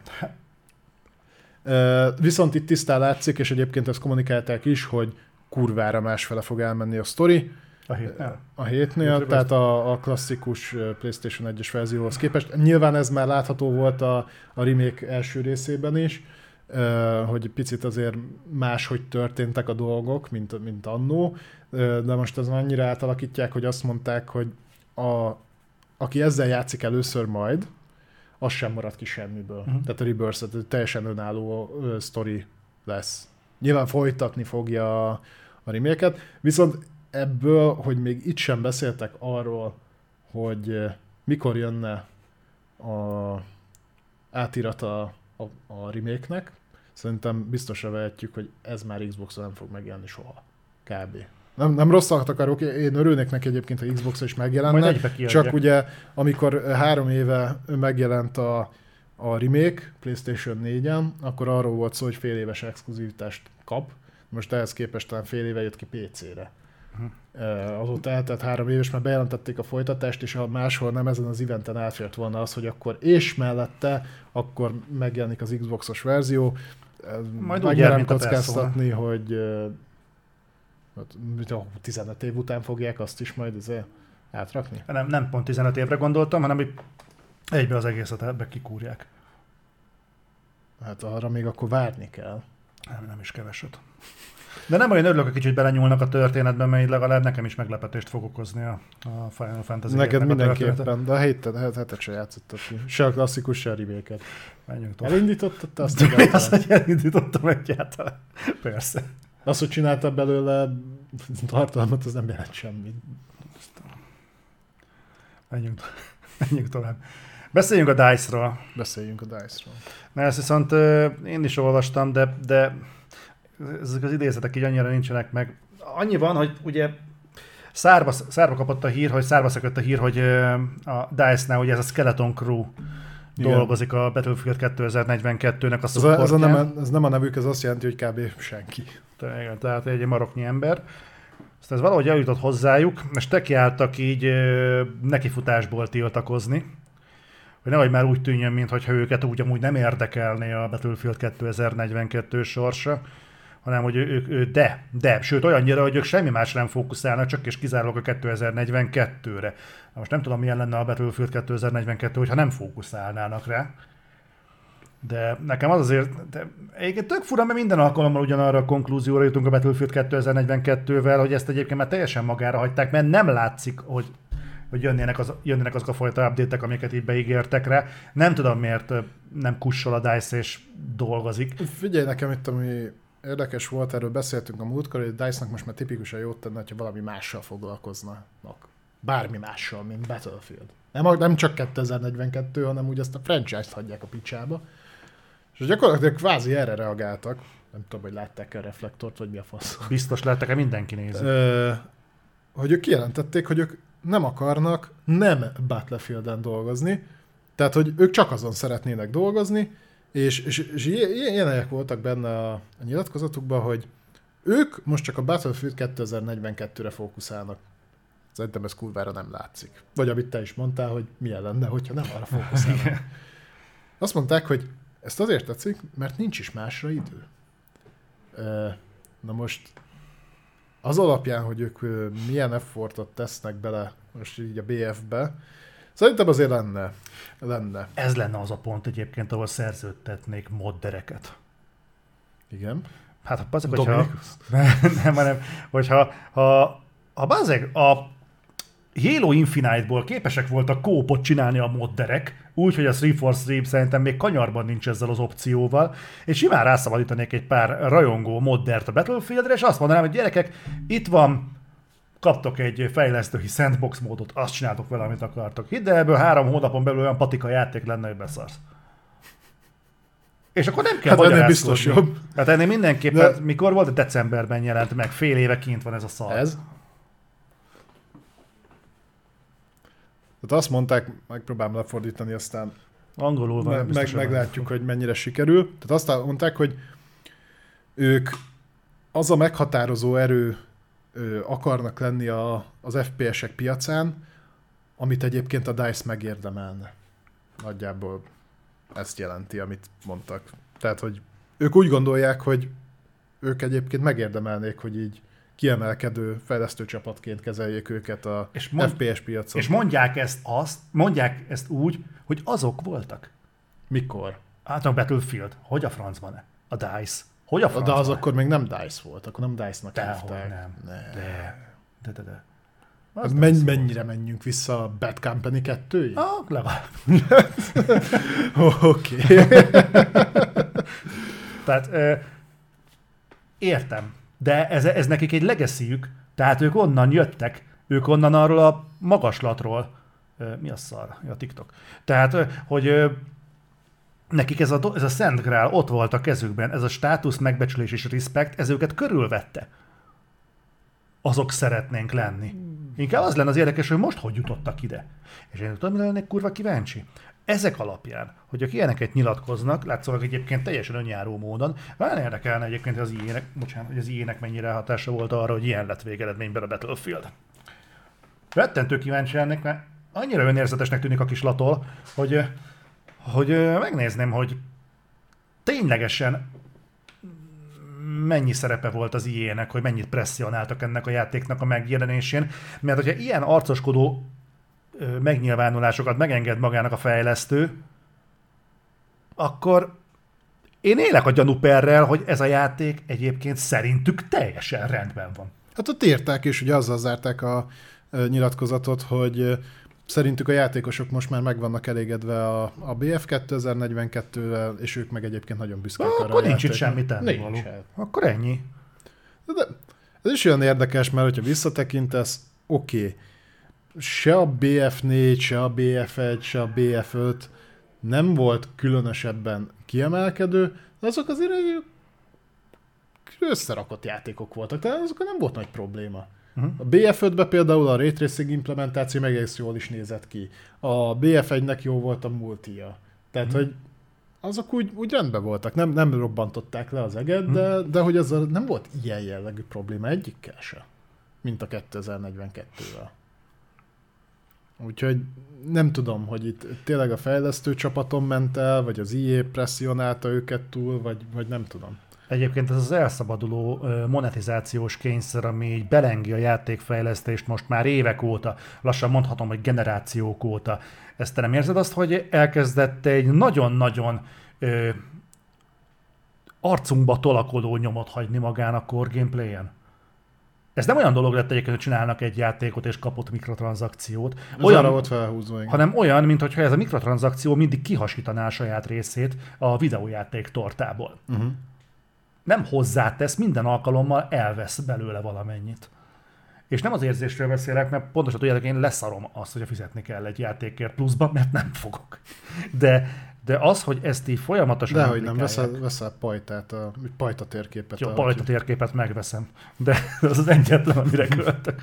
Viszont itt tisztán látszik, és egyébként ezt kommunikálták is, hogy kurvára másfele fog elmenni a sztori. A hétnél, tehát a klasszikus PlayStation 1-es verzióhoz képest. Nyilván ez már látható volt a remake első részében is, hogy picit azért máshogy történtek a dolgok, mint annó, de most az annyira átalakítják, hogy azt mondták, hogy aki ezzel játszik először majd, az sem marad ki semmiből. Tehát a Rebirth teljesen önálló sztori lesz. Nyilván folytatni fogja a remake-et, viszont ebből, hogy még itt sem beszéltek arról, hogy mikor jönne a átirata a remake-nek, szerintem biztosra vehetjük, hogy ez már Xbox-on nem fog megjelenni soha. Kb. Nem rosszat akarok, én örülnék neki egyébként, ha Xbox-on is megjelenne, csak ugye amikor 3 éve megjelent a remake PlayStation 4-en, akkor arról volt szó, hogy fél éves exkluzivitást kap, most ehhez képest talán fél éve jött ki PC-re. Azóta eltelt 3 év, és már bejelentették a folytatást, és ha máshol nem ezen az eventen átfért volna az, hogy akkor és mellette akkor megjelenik az Xbox-os verzió. Majd úgy jár, mint kockáztatni, hogy 15 év után fogják azt is majd átrakni? Nem pont 15 évre gondoltam, hanem hogy egybe az egészet ebbe kikúrják. Hát arra még akkor várni kell. Nem is keveset. De nem olyan örülök, hogy kicsit belenyúlnak a történetben, mert legalább nekem is meglepetést fog okozni a Final Fantasy. Neked mindenképpen, de a hetet se játszottad ki. Se a klasszikus, se a remake-et. Elindítottad te azt? Mi az, hogy elindítottam egyáltalán? Persze. Az, hogy csináltad belőle tartalmat, az nem jelent semmit. Menjünk tovább. Beszéljünk a DICE-ról. Mert ezt viszont én is olvastam, de ezek az idézetek így annyira nincsenek meg. Annyi van, hogy ugye szárba szökött a hír, hogy a DICE-nál ugye ez a Skeleton Crew dolgozik a Battlefield 2042-nek a supportján. Ez nem a nevük, ez azt jelenti, hogy kb. Senki. Tehát egy maroknyi ember. Aztán ez valahogy eljutott hozzájuk, és tekiálltak így nekifutásból tiltakozni. Hogy nehogy már úgy tűnjön, mintha őket úgy amúgy nem érdekelné a Battlefield 2042 sorsa, hanem hogy de, sőt olyannyira, hogy ők semmi másra nem fókuszálnak, csak és kizárólag a 2042-re. Most nem tudom, milyen lenne a Battlefield 2042, hogyha nem fókuszálnának rá. De nekem az azért, egyébként tök fura, mert minden alkalommal ugyanarra a konklúzióra jutunk a Battlefield 2042-vel, hogy ezt egyébként már teljesen magára hagyták, mert nem látszik, hogy jönnének azok a fajta update-ek, amiket így beígértek rá. Nem tudom, miért nem kussol a DICE és dolgozik. Figyelj nekem itt, ami érdekes volt, erről beszéltünk a múltkor, hogy a DICE-nak most már tipikusan jót tenne, hogyha valami mással foglalkoznak. Bármi mással, mint Battlefield. Nem csak 2042, hanem úgy ezt a franchise-t hagyják a picsába. És gyakorlatilag kvázi erre reagáltak. Nem tudom, hogy látták-e a reflektort, vagy mi a fasz. Biztos látták-e, mindenki nézi. Hogy ők kijelentették, hogy ők nem akarnak nem Battlefielden dolgozni, tehát hogy ők csak azon szeretnének dolgozni, és ilyenek voltak benne a nyilatkozatukban, hogy ők most csak a Battlefield 2042-re fókuszálnak. Szerintem ez kurvára nem látszik. Vagy amit te is mondtál, hogy milyen lenne, hogyha nem arra fókuszálnak. Azt mondták, hogy ezt azért tetszik, mert nincs is másra idő. Na most az alapján, hogy ők milyen effortot tesznek bele most így a BF-be, szerintem azért lenne. Ez lenne az a pont egyébként, ahol szerződtetnék moddereket. Igen. Hát hogyha a Halo Infinite-ból képesek voltak kópot csinálni a modderek, úgyhogy a 343 szerintem még kanyarban nincs ezzel az opcióval, és simán rászabadítanék egy pár rajongó moddert a Battlefieldre, és azt mondanám, hogy gyerekek, itt van, kaptok egy fejlesztői sandbox módot, azt csináltok vele, amit akartok. Hidd el, ebből 3 hónapon belül olyan patika játék lenne, hogy beszarsz. És akkor nem kell magyarázkodni. Biztos jobb. Hát ennél mindenképpen, mikor volt? Decemberben jelent meg, fél éve kint van ez a szar. Ez? Tehát azt mondták, megpróbálom lefordítani, aztán angolul van, meglátjuk, hogy mennyire sikerül. Tehát azt mondták, hogy ők az a meghatározó erő akarnak lenni az FPS-ek piacán, amit egyébként a DICE megérdemelne. Nagyjából ezt jelenti, amit mondtak. Tehát, hogy ők úgy gondolják, hogy ők egyébként megérdemelnék, hogy így kiemelkedő fejlesztőcsapatként kezeljék őket a FPS piacon. És mondják ezt úgy, hogy azok voltak. Mikor? Hát a Battlefield. Hogy a francban? A DICE. Hogy a francban? De az akkor még nem DICE volt, akkor nem DICE-nak hívták. Nem. De. Hát mennyire menjünk vissza a Bad Company 2-ig? Legalább. Oké. Tehát értem, de ez nekik egy legacyjük, tehát ők onnan jöttek, ők onnan arról a magaslatról, mi a szar? A TikTok. Tehát, hogy nekik ez a Szent Grál ott volt a kezükben, ez a státusz, megbecsülés és respekt, ez őket körülvette. Azok szeretnénk lenni. Inkább az lenne az érdekes, hogy most hogy jutottak ide. És én tudom, mire lennék kurva kíváncsi. Ezek alapján, hogy akik ilyeneket nyilatkoznak, látszólag egyébként teljesen önjáró módon, nagyon érdekelne egyébként, hogy az IE-nek mennyire hatása volt arra, hogy ilyen lett végeredményben a Battlefield. Rettentő kíváncsi ennek, mert annyira önérzetesnek tűnik a kis latol, hogy megnézném, hogy ténylegesen mennyi szerepe volt az IE-nek, hogy mennyit presszionáltak ennek a játéknak a megjelenésén, mert hogyha ilyen arcoskodó megnyilvánulásokat megenged magának a fejlesztő, akkor én élek a gyanúperrel, hogy ez a játék egyébként szerintük teljesen rendben van. Hát ott írták is, hogy azzal zárták a nyilatkozatot, hogy szerintük a játékosok most már meg vannak elégedve a BF 2042-vel, és ők meg egyébként nagyon büszkék arra. Akkor nincs itt semmi tennivaló. Akkor ennyi. De ez is olyan érdekes, mert hogyha visszatekintesz, oké. Se a BF4, se a BF1, se a BF5 nem volt különösebben kiemelkedő, de azok azért egy összerakott játékok voltak, tehát azok nem volt nagy probléma. A BF5-ben például a Ray Tracing implementáció meg egész jól is nézett ki. A BF1-nek jó volt a multia. Tehát, hogy azok úgy rendben voltak, nem robbantották le az eget, de hogy ez nem volt ilyen jellegű probléma egyikkel se, mint a 2042-vel. Úgyhogy nem tudom, hogy itt tényleg a fejlesztő csapaton ment el, vagy az EA presszionálta őket túl, vagy nem tudom. Egyébként ez az elszabaduló monetizációs kényszer, ami így belengi a játékfejlesztést most már évek óta, lassan mondhatom, hogy generációk óta. Ezt te nem érzed azt, hogy elkezdett egy nagyon-nagyon arcunkba tolakodó nyomot hagyni magán a core gameplayen? Ez nem olyan dolog lett egyébként, hogy csinálnak egy játékot és kapott mikrotranszakciót. Olyan volt felhúzva, igen. Hanem olyan, mintha ez a mikrotranszakció mindig kihasítaná a saját részét a videójáték tortából. Nem hozzátesz, minden alkalommal elvesz belőle valamennyit. És nem az érzésről beszélek, mert pontosan tudjátok, én leszarom azt, hogy fizetni kell egy játékért pluszban, mert nem fogok. De az, hogy ezt így folyamatosan... Dehogy nem, veszel pajtát, pajta térképet. Jó, pajta térképet megveszem, de az az egyetlen, amire költök.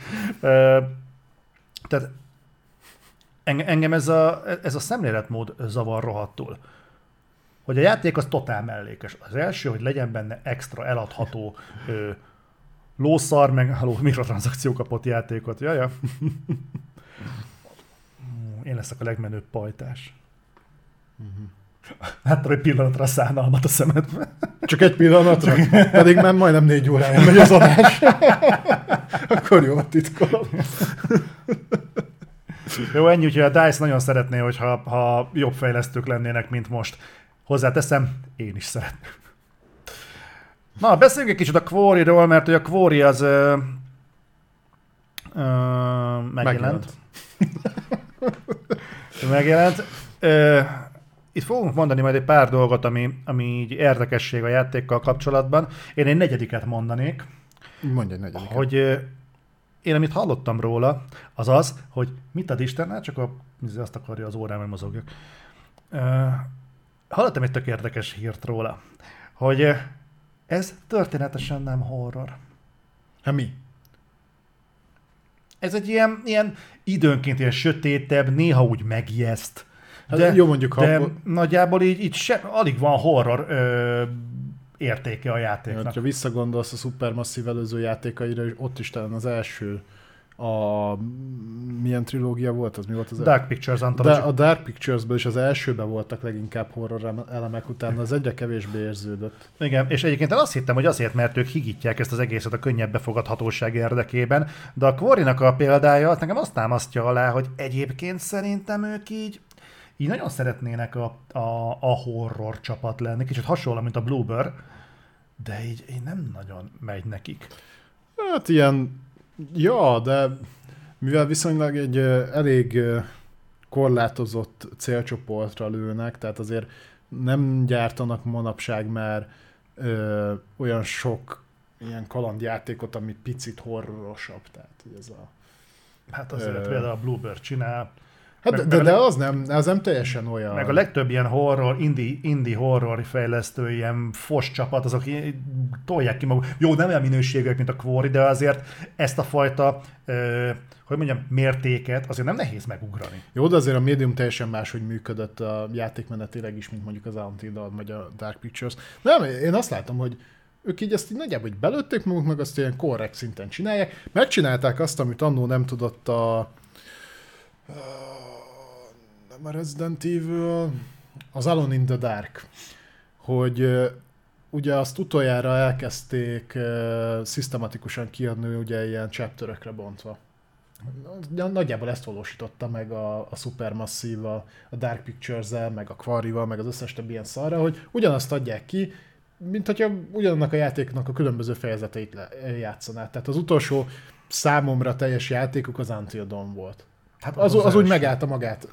Tehát engem ez a szemléletmód zavar rohadtul. Hogy a játék az totál mellékes. Az első, hogy legyen benne extra eladható lószar, meg mikrotranszakció kapott játékot. Jaja. Én leszek a legmenőbb pajtás. Láttad, hogy pillanatra szánalmat a szemedbe. Csak egy pillanatra? Pedig már majdnem 4 órája megy az adás. Akkor jó, titkolom. Jó, ennyi, úgyhogy a DICE nagyon szeretné, hogyha jobb fejlesztők lennének, mint most. Hozzáteszem, én is szeretném. Na, beszéljünk egy kicsit a Quarry-ról, mert hogy a Quarry az megjelent. Megjelent. Itt fogunk mondani majd egy pár dolgot, ami így érdekesség a játékkal kapcsolatban. Én egy negyediket mondanék. Mondj egy negyediket. Hogy én amit hallottam róla, az az, hogy mit ad Isten, hát csak azt akarja az órán, hogy mozogjak. Hallottam egy tök érdekes hírt róla, hogy ez történetesen nem horror. Hát mi? Ez egy ilyen időnként ilyen sötétebb, néha úgy megijeszt. De, jó mondjuk, de nagyjából így alig van horror értéke a játéknak. Ha visszagondolsz a Supermassive előző játékaira, és ott is talán az első milyen trilógia volt az? Mi volt az? Dark Pictures Anthology. A Dark Pictures-ből is az elsőben voltak leginkább horror elemek, utána az egyre kevésbé érződött. Igen, és egyébként én azt hittem, hogy azért, mert ők higítják ezt az egészet a könnyebb befogadhatóság érdekében, de a Quarrynak a példája az nekem azt támasztja alá, hogy egyébként szerintem ők így nagyon szeretnének a horror csapat lenni, kicsit hasonló, mint a Bluebird, de így nem nagyon megy nekik. Hát ilyen, ja, de mivel viszonylag egy elég korlátozott célcsoportra lőnek, tehát azért nem gyártanak manapság már olyan sok ilyen kalandjátékot, ami picit horrorosabb, tehát ez a... Hát azért például a Bluebird csinál. Hát de az nem teljesen olyan. Meg a legtöbb ilyen horror, indie horror fejlesztő, ilyen fos csapat, azok tolják ki maguk. Jó, nem olyan minőségek, mint a Quarry, de azért ezt a fajta, hogy mondjam, mértéket azért nem nehéz megugrani. Jó, de azért a médium teljesen máshogy működött a játékmenetileg is, mint mondjuk az Until Dawn vagy a Dark Pictures. Nem, én azt látom, hogy ők így ezt így nagyjából így belőtték maguknak, azt ilyen korrekt szinten csinálják. Megcsinálták azt, amit annó nem tudott nem a Resident Evil, az Alone in the Dark, hogy ugye azt utoljára elkezdték szisztematikusan kiadni ugye ilyen chapterökre bontva. Nagyjából ezt valósította meg a Supermassive, a Dark Pictures-el, meg a Quarry-val, meg az összes többi ilyen szarra, hogy ugyanazt adják ki, mint hogyha ugyanannak a játéknak a különböző fejezeteit játszaná. Tehát az utolsó számomra teljes játékuk az Until Dawn volt. Hát az úgy megállta magát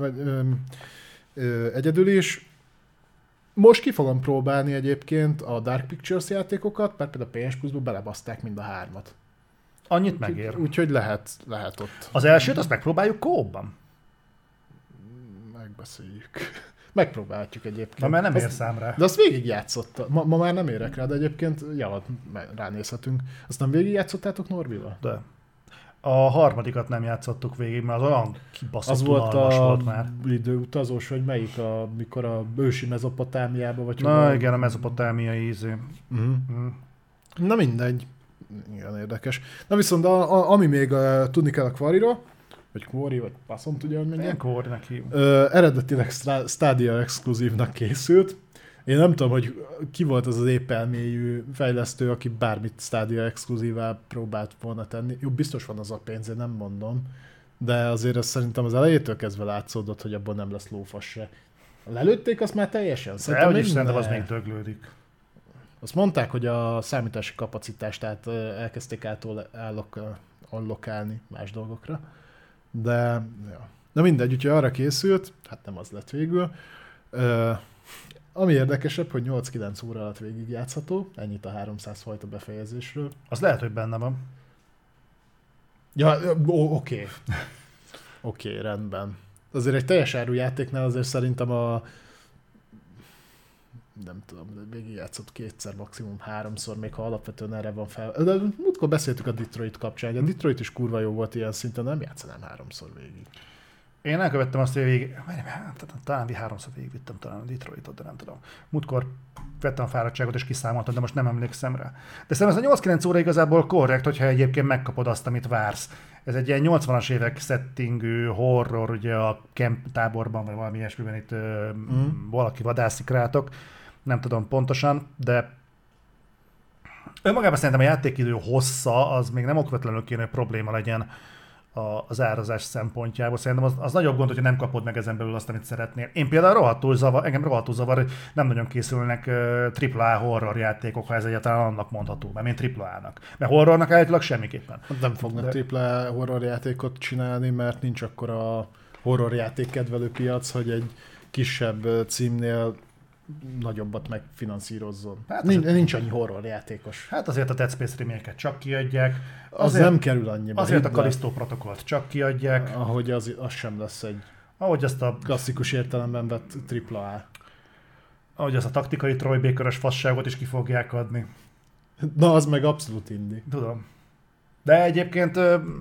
egyedül is. Most ki fogom próbálni egyébként a Dark Pictures játékokat, mert például a PS Plus-ba belebaszták mind a hármat. Annyit megér. Úgyhogy lehet ott. Az elsőt azt megpróbáljuk co-ban? Megbeszéljük. Megpróbálhatjuk egyébként. Na, mert nem ér szám rá. De azt végigjátszotta. Ma már nem érek rá, de egyébként ránézhetünk. Azt nem végigjátszottátok Norbival? De. A harmadikat nem játszottuk végig, mert az olyan kibaszott unalmas volt már. Időutazós, vagy melyik, mikor a ősi Mezopotámiába vagy? Na igen, a mezopotámiai ízé. Na mindegy. Igen, érdekes. Na viszont ami még tudni kell a Quarryról, vagy Quarry, vagy passzom tudja, hogy mondjam. Quarrynak hívom. Eredetileg Stadia exkluzívnak készült. Én nem tudom, hogy ki volt az épelmélyű fejlesztő, aki bármit Stadia exkluzívá próbált volna tenni. Jó, biztos van az a pénz, én nem mondom. De azért azt szerintem az elejétől kezdve látszódott, hogy abban nem lesz lófasz se. Lelőtték azt már teljesen? Szerintem az még döglődik. Azt mondták, hogy a számítási kapacitást elkezdték allokálni más dolgokra. De ja. Na mindegy, úgyhogy arra készült, hát nem az lett végül. Ami érdekesebb, hogy 8-9 óra alatt végigjátszható, ennyit a 300 fajta befejezésről. Az lehet, hogy benne van. Ja, oké. Oké, rendben. Azért egy teljes áru játéknál azért szerintem nem tudom, de végigjátszott 2-szer, maximum 3-szor, még ha alapvetően erre van fel. De múltkor beszéltük a Detroit kapcsán, a Detroit is kurva jó volt ilyen szinten, nem játszanám 3-szor végig. Én elkövettem azt, hogy talán 3-szor végigvittem talán a Detroitot, de nem tudom. Múltkor vettem a fáradtságot és kiszámoltam, de most nem emlékszem rá. De szerintem ez a 8-9 óra igazából korrekt, hogyha egyébként megkapod azt, amit vársz. Ez egy ilyen 80-as évek settingű horror, ugye a camp táborban, vagy valami ilyesmiben itt valaki vadászik rátok. Nem tudom pontosan, de önmagában szerintem a játékidő hossza az még nem okvetlenül kéne, hogy probléma legyen az árazás szempontjából. Szerintem az nagyobb gond, hogyha nem kapod meg ezen belül azt, amit szeretnél. Én például engem rohadtul zavar, hogy nem nagyon készülnek AAA horror játékok, ha ez egyáltalán annak mondható, mert mint AAA-nak. Mert horrornak állítólag semmiképpen. Nem fognak AAA horror játékot csinálni, mert nincs akkora horror játék kedvelő piac, hogy egy kisebb címnél nagyobbat megfinanszírozzon. Hát nincs annyi horror játékos. Hát azért a Dead Space remake-et csak kiadják. Az nem kerül annyiba. Azért a Callisto protokollt csak kiadják. Ahogy az sem lesz egy azt a klasszikus értelemben vett AAA. Ahogy az a taktikai Troy Baker-ös fasságot is ki fogják adni. Na, az meg abszolút indie. Tudom. De egyébként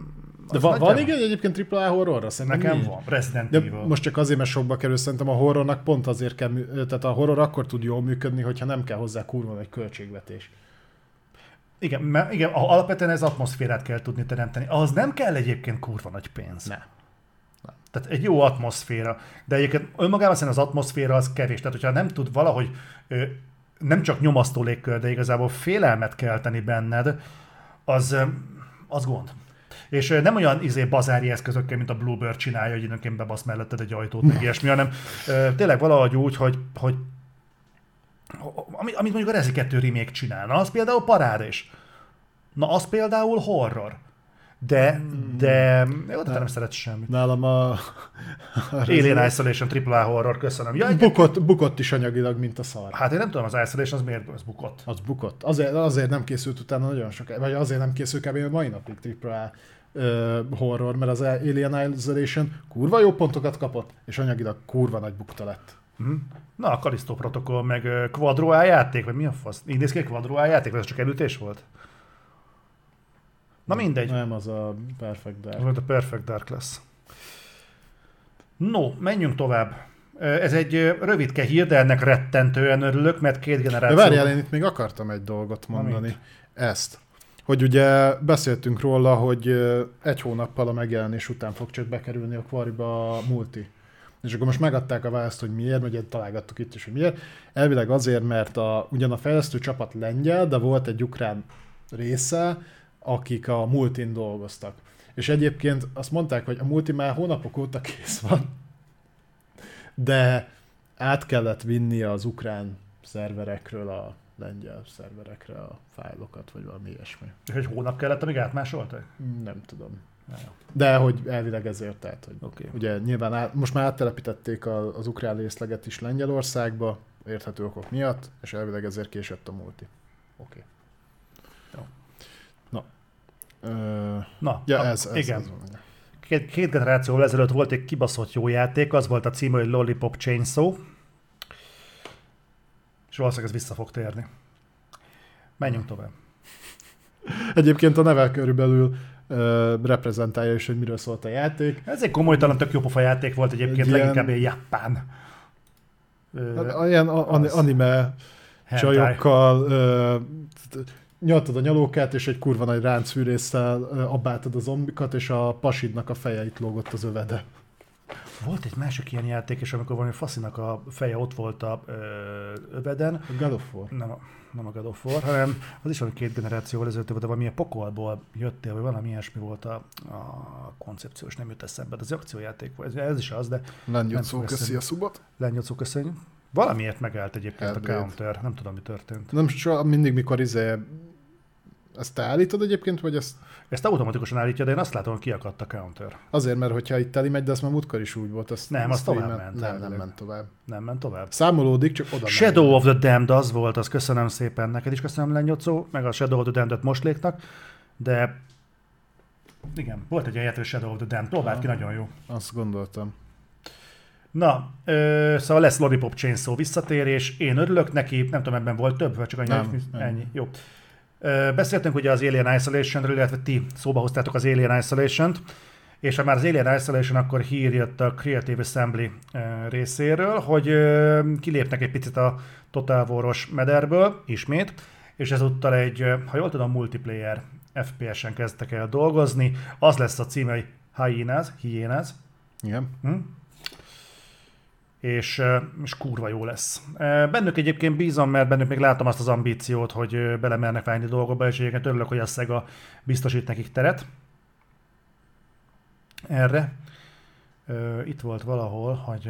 De van igen egyébként AAA horrorra? Nekem van, Resident Evil. Most csak azért, mert sokba kerül, szerintem a horrornak pont azért kell, tehát a horror akkor tud jól működni, hogyha nem kell hozzá kurva nagy költségvetés. Igen, alapvetően ez atmoszférát kell tudni teremteni. Az nem kell egyébként kurva nagy pénz. Ne. Tehát egy jó atmoszféra. De egyébként önmagában szerintem az atmoszféra az kevés. Tehát hogyha nem tud valahogy nem csak nyomasztó légkör, de igazából félelmet kelteni benned, az gond. És nem olyan bazári eszközökkel, mint a Bluebird csinálja, hogy időnként bebasz melletted egy ajtót, meg ilyesmi, hanem tényleg valahogy úgy, hogy amit mondjuk a Rezi 2 remake csinálna, az például parádés. Na, az például horror. De jó, de nem szeretsz semmit. Nálam a Alien Isolation AAA horror, köszönöm. Ja, bukott is anyagilag, mint a szar. Hát én nem tudom, az Isolation az miért az bukott. Az bukott. Azért nem készült utána nagyon sokáig, vagy azért nem készül kb. A mai napig AAA horror, mert az Alien Isolation kurva jó pontokat kapott, és anyagilag kurva nagy bukta lett. Na, a Callisto Protocol meg Quadro A játék, vagy mi a fasz? Így néz ki, Quadro A játék, vagy ez csak elütés volt? Na mindegy. Nem, az a Perfect Dark. Az a Perfect Dark lesz. No, menjünk tovább. Ez egy rövidke hír, de ennek rettentően örülök, mert 2 generáció... De várjál, én itt még akartam egy dolgot mondani. Ezt. Hogy ugye beszéltünk róla, hogy 1 hónappal a megjelenés után fog csak bekerülni a Quarryba a multi. És akkor most megadták a választ, hogy miért, ugye találgattuk itt is, hogy miért. Elvileg azért, mert ugyan a fejlesztő csapat lengyel, de volt egy ukrán része, akik a multin dolgoztak. És egyébként azt mondták, hogy a multi már hónapok óta kész van, de át kellett vinni az ukrán szerverekről a lengyel szerverekre a fájlokat, vagy valami ilyesmi. És egy hónap kellett, amíg átmásoltak? Nem tudom. De hogy elvileg ezért, tehát, hogy okay. Ugye nyilván most már áttelepítették az ukrán részleget is Lengyelországba, érthető okok miatt, és elvileg ezért késett a multi. Oké. Na, ja, ez igen. Két generációval ezelőtt volt egy kibaszott jó játék, az volt a címe, hogy Lollipop Chainsaw, és valószínűleg ez vissza fog térni. Menjünk tovább. Egyébként a neve körülbelül reprezentálja is, hogy miről szólt a játék. Ez egy komolytalan, tök jópofa játék volt egyébként, leginkább egy japán. Ilyen anime csajokkal nyaltad a nyalókát, és egy kurva nagy ráncfűrésszel abáltad a zombikat, és a pasidnak a feje itt lógott az övede. Volt egy másik ilyen játék, és amikor valami faszinak a feje ott volt a öveden. A God of War. Nem a God of War, hanem az is valami 2 generációval ezelőtt volt, de valamilyen pokolból jöttél, vagy valami ilyesmi volt a koncepció, és nem jut eszembe. De az akciójáték volt, ez is az, de... Lengyotszó, köszi a szubot. Lengyotszó, köszönjük. Valamiért megállt egyébként a counter, nem tudom, mi történt. Nem soha, mindig, mikor ezt te állítod egyébként, vagy ezt... Ezt automatikusan állítja, de én azt látom, hogy kiakadt a counter. Azért, mert hogyha itt teli megy, de azt már múltkor is úgy volt. Nem, az tovább ment. Nem ment tovább. Nem ment tovább. Számolódik, csak oda Shadow of the Damned az volt, az köszönöm szépen. Neked is köszönöm, Lenyocó, meg a Shadow of the Damned-et most légtak, de igen, volt egy olyan játék, Shadow of the Damned, próbált ki, nagyon jó. Azt gondoltam. Na, szóval lesz Lollipop Chainsaw visszatérés, én örülök neki, nem tudom, ebben volt több, vagy csak annyi? Ennyi, jó. Beszéltünk ugye az Alien Isolation-ről, illetve ti szóba hoztátok az Alien Isolation-t, és ha már az Alien Isolation, akkor hír jött a Creative Assembly részéről, hogy kilépnek egy picit a Total War-os mederből, ismét, és ezúttal egy, ha jól tudom, multiplayer FPS-en kezdtek el dolgozni, az lesz a címe, hogy Hyenas. Igen. És kurva jó lesz. Bennük egyébként bízom, mert bennük még látom azt az ambíciót, hogy belemernek válni dolgokba, és egyébként örülök, hogy a Sega biztosít nekik teret erre. Itt volt valahol, hogy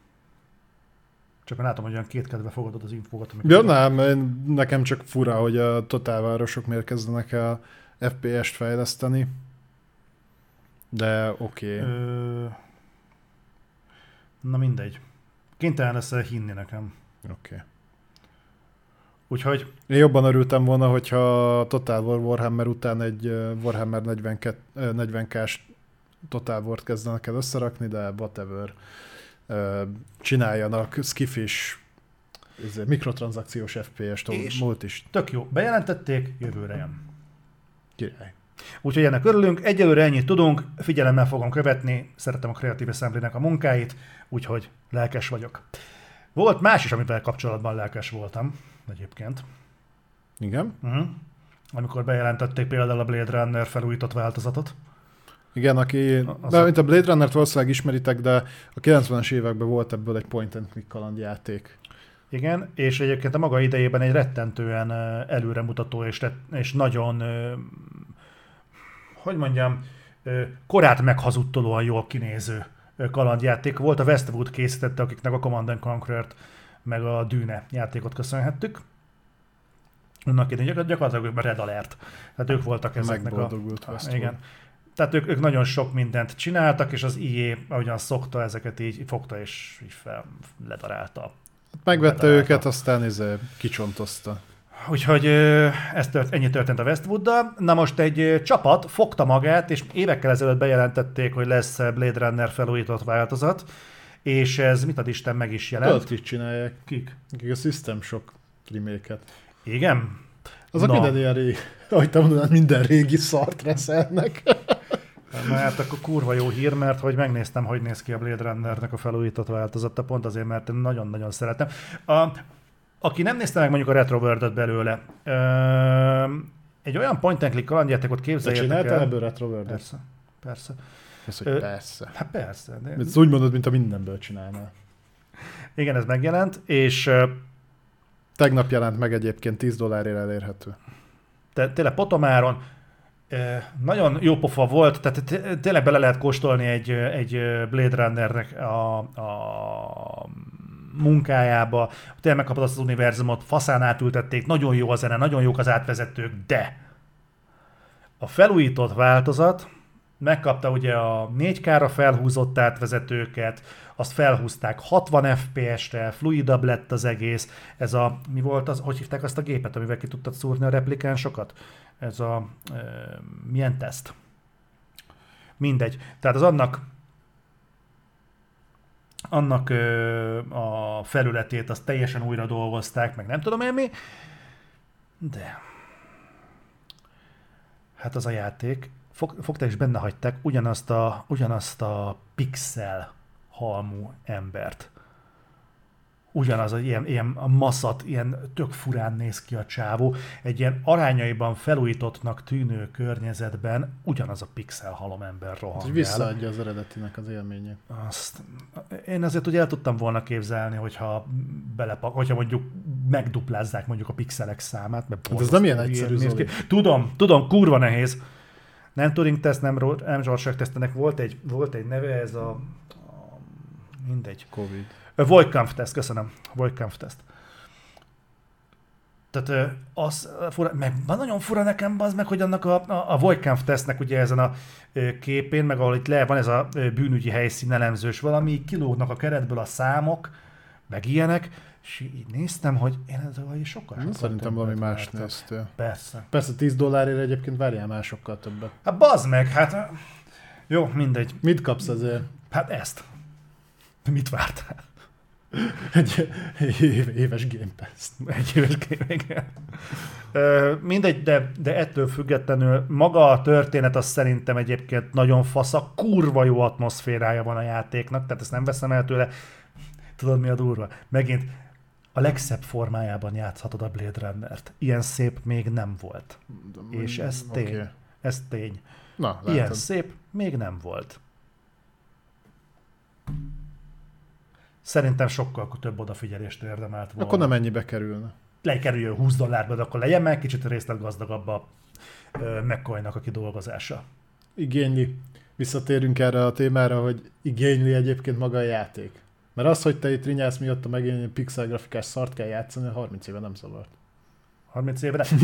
csak látom, hogy olyan kétkedve fogadod az infókat. Ja, nem, nekem csak fura, hogy a Total War-osok miért kezdenek el FPS-t fejleszteni, de oké. Na mindegy. Kénytelen lesz hinni nekem. Oké. Úgyhogy... Én jobban örültem volna, hogyha Total War Warhammer után egy Warhammer 40k-s Total War-t kezdenek el összerakni, de whatever. Csináljanak skifis, mikrotranszakciós FPS-t, múlt is. Tök jó. Bejelentették, jövőre jön. Király. Úgyhogy ennek örülünk. Egyelőre ennyit tudunk, figyelemmel fogom követni, szeretem a Creative Assembly-nek a munkáit, úgyhogy lelkes vagyok. Volt más is, amivel kapcsolatban lelkes voltam egyébként. Igen. Amikor bejelentették például a Blade Runner felújított változatot. Igen, mint a Blade Runnert valószínűleg ismeritek, de a 90-es években volt ebből egy point and click kalandjáték. Igen, és egyébként a maga idejében egy rettentően előremutató és nagyon, hogy mondjam, korát meghazudtolóan jól kinéző kalandjáték volt. A Westwood készítette, akiknek a Command & Conquer-t meg a Dune játékot köszönhettük. Annak idején gyakorlatilag a Red Alert. Tehát ők voltak ezeknek igen. Tehát ők nagyon sok mindent csináltak, és az EA, ahogyan szokta, ezeket így fogta és így ledarálta. Megvette őket, aztán kicsontozta. Úgyhogy ennyi történt a Westwooddal. Na most egy csapat fogta magát, és évekkel ezelőtt bejelentették, hogy lesz Blade Runner felújított változat, és ez mit ad Isten meg is jelent. Tudod, kik csinálják? Kik? A System Shock remake-et. Igen? Azok minden ilyen régi, ahogy te mondanád, minden régi szart reszelnek. Na hát akkor kurva jó hír, mert hogy megnéztem, hogy néz ki a Blade Runnernek a felújított változata, pont azért, mert én nagyon-nagyon szeretem. Aki nem nézte meg mondjuk a Retro World-öt belőle, egy olyan point and click kalandjátékot képzeljétek el. Te csináltál ebből Retro World-öt? Persze. Ez, hogy persze. Hát persze. De... Ezt úgy mondod, mint a mindenből csinálnál. Igen, ez megjelent, és... Tegnap jelent meg egyébként, $10 elérhető. Tényleg potomáron. Nagyon jó pofa volt, tehát tényleg bele lehet kóstolni egy Blade Runnernek a munkájába, tényleg megkapod azt az univerzumot, faszán átültették, nagyon jó a zene, nagyon jók az átvezetők, de a felújított változat megkapta ugye a 4K-ra felhúzott átvezetőket, azt felhúzták 60 FPS-re, fluidabb lett az egész, ez a, mi volt az, hogy hívták azt a gépet, amivel ki tudtad szúrni a replikánsokat? Ez a, milyen teszt? Mindegy. Tehát az annak a felületét azt teljesen újra dolgozták, meg nem tudom én mi, de hát az a játék, fogták és benne hagyták ugyanazt a pixel halmú embert. Ugyanaz ilyen a maszat, ilyen tök furán néz ki a csávó, egy ilyen arányaiban felújítottnak tűnő környezetben ugyanaz a pixel halom ember rohangál. Visszaadja az eredetinek az élményét. Én azért ugye el tudtam volna képzelni, hogyha mondjuk megduplázzák mondjuk a pixelek számát. Mert ez nem ilyen egyszerű, Zoli. Tudom, kurva nehéz. Nem Turing teszt, nem Rorschach tesztnek volt egy neve, ez a mindegy. Covid. Voigtkampf teszt, köszönöm. Voigtkampf teszt. Tehát az fura, meg nagyon fura nekem az meg, hogy annak a Voigtkampf tesztnek ugye ezen a képén, meg ahol itt van ez a bűnügyi helyszín elemzős valami, kilógnak a keretből a számok, meg ilyenek, és így néztem, hogy én ezzel sokkal szerintem valami más néztél. Persze. Persze $10 egyébként várjál másokkal többet. Hát bazd meg, hát jó, mindegy. Mit kapsz azért? Hát ezt. Mit vártál? Egy éves Game Pass. Egy éves Game mindegy, de ettől függetlenül maga a történet az szerintem egyébként nagyon fasza, kurva jó atmoszférája van a játéknak, tehát ezt nem veszem el tőle. Tudod mi a durva? Megint a legszebb formájában játszhatod a Blade Runnert. Ilyen szép még nem volt. És ez tény. Okay. Ez tény. Na, ilyen szép még nem volt. Szerintem sokkal több odafigyelést érdemelt volna. Akkor nem ennyibe kerülne. Lekerüljön $20, de akkor legyen meg, kicsit részletgazdagabb a McCoy-nak a kidolgozása. Igényli. Visszatérünk erre a témára, hogy igényli egyébként maga a játék. Mert az, hogy te itt rinyálsz miatt a megjelenő pixel grafikás szart kell játszani, 30 éve nem zavart. 30 éve nem?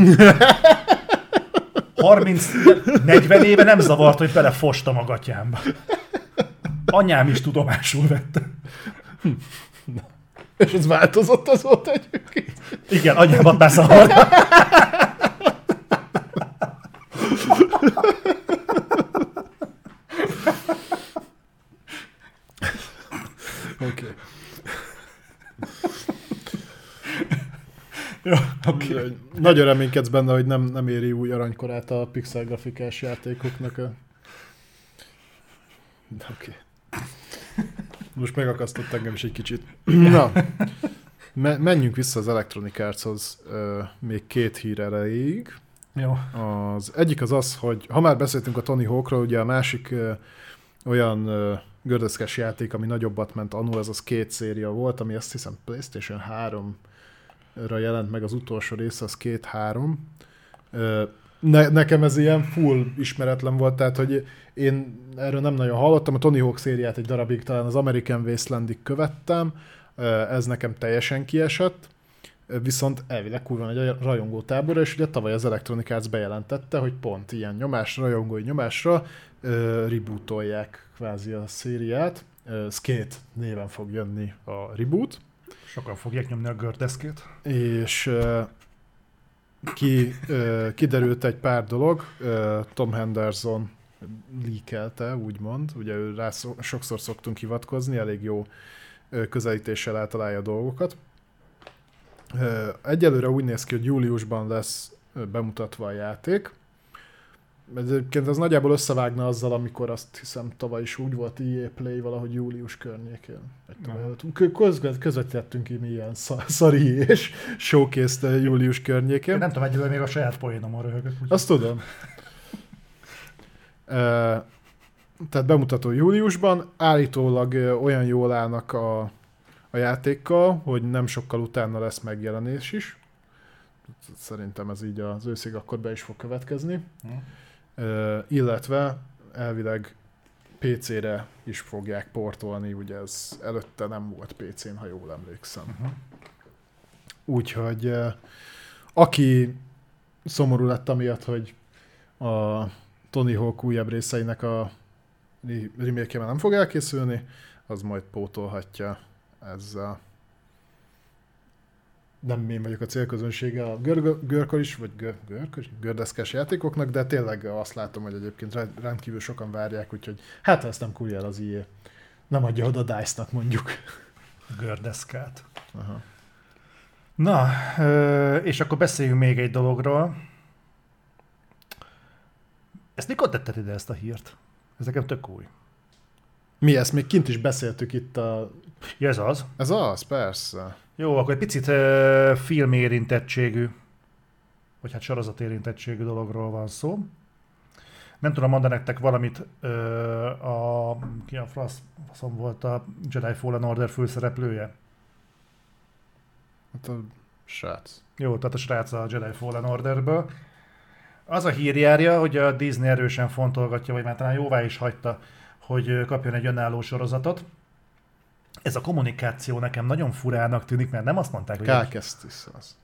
40 éve nem zavart, hogy belefostam a gatyámba. Anyám is tudomásul vette. És ez változott azóta egyébként? Igen, anyámat beszavart. Oké. Jó, oké. Nagyon reménykedsz benne, hogy nem éri új aranykorát a pixel grafikás játékoknak. Oké. Most megakasztott engem is egy kicsit. Na, menjünk vissza az Electronic Artshoz még 2 hír erejéig. Jó. Az egyik az, hogy ha már beszéltünk a Tony Hawkról, ugye a másik olyan gördeszkás játék, ami nagyobbat ment annól, ez az 2 széria volt, ami azt hiszem PlayStation 3-ra jelent meg az utolsó része, az 2-3. Nekem ez ilyen full ismeretlen volt, tehát hogy én erről nem nagyon hallottam, a Tony Hawk szériát egy darabig talán az American Wastelandig követtem, ez nekem teljesen kiesett, viszont elvileg kurva nagy a rajongótábor, és ugye tavaly az Electronic Arts bejelentette, hogy pont ilyen rajongói nyomásra rebootolják kvázi a szériát. Skate néven fog jönni a reboot. Sokan fogják nyomni a gördeszkét. És kiderült egy pár dolog. Tom Henderson leakelte, úgymond. Ugye ő rá sokszor szoktunk hivatkozni, elég jó közelítéssel eltalálja a dolgokat. Egyelőre úgy néz ki, hogy júliusban lesz bemutatva a játék. Egyébként ez nagyjából összevágna azzal, amikor azt hiszem tavaly is úgy volt EA Play valahogy július környékén. Közvetítettünk ki ilyen szari és showcase-t július környékén. Én nem tudom, egyelőre még a saját poénomon röhögök. Azt tudom. Tehát bemutató júliusban, állítólag olyan jól állnak a játékkal, hogy nem sokkal utána lesz megjelenés is. Szerintem ez így az őszig akkor be is fog következni. Illetve elvileg PC-re is fogják portolni, ugye ez előtte nem volt PC-n, ha jól emlékszem. Úgyhogy aki szomorú lett amiatt, hogy a Tony Hawk újabb részeinek a remake-je nem fog elkészülni, az majd pótolhatja ezzel. Nem én vagyok a célközönsége a görkör is, vagy gördeszkás játékoknak, de tényleg azt látom, hogy egyébként rendkívül sokan várják, úgyhogy hát ezt nem kurja el az EA. Nem adja oda DICE-nak mondjuk. Gördeszkát. Aha. Na, és akkor beszéljünk még egy dologról. Ezt mikor tetted ide ezt a hírt? Ez nekem tök új. Mi ezt még kint is beszéltük itt a... Ja, ez az? Ez az, persze. Jó, akkor egy picit filmérintettségű, vagy hát sorozatérintettségű dologról van szó. Nem tudom mondani nektek valamit, ki a faszom volt a Jedi Fallen Order főszereplője? Hát a srác. Jó, tehát a srác a Jedi Fallen Orderből. Az a hír járja, hogy a Disney erősen fontolgatja, vagy már talán jóvá is hagyta, hogy kapjon egy önálló sorozatot. Ez a kommunikáció nekem nagyon furának tűnik, mert nem azt mondták, hogy... Cal Kestis az.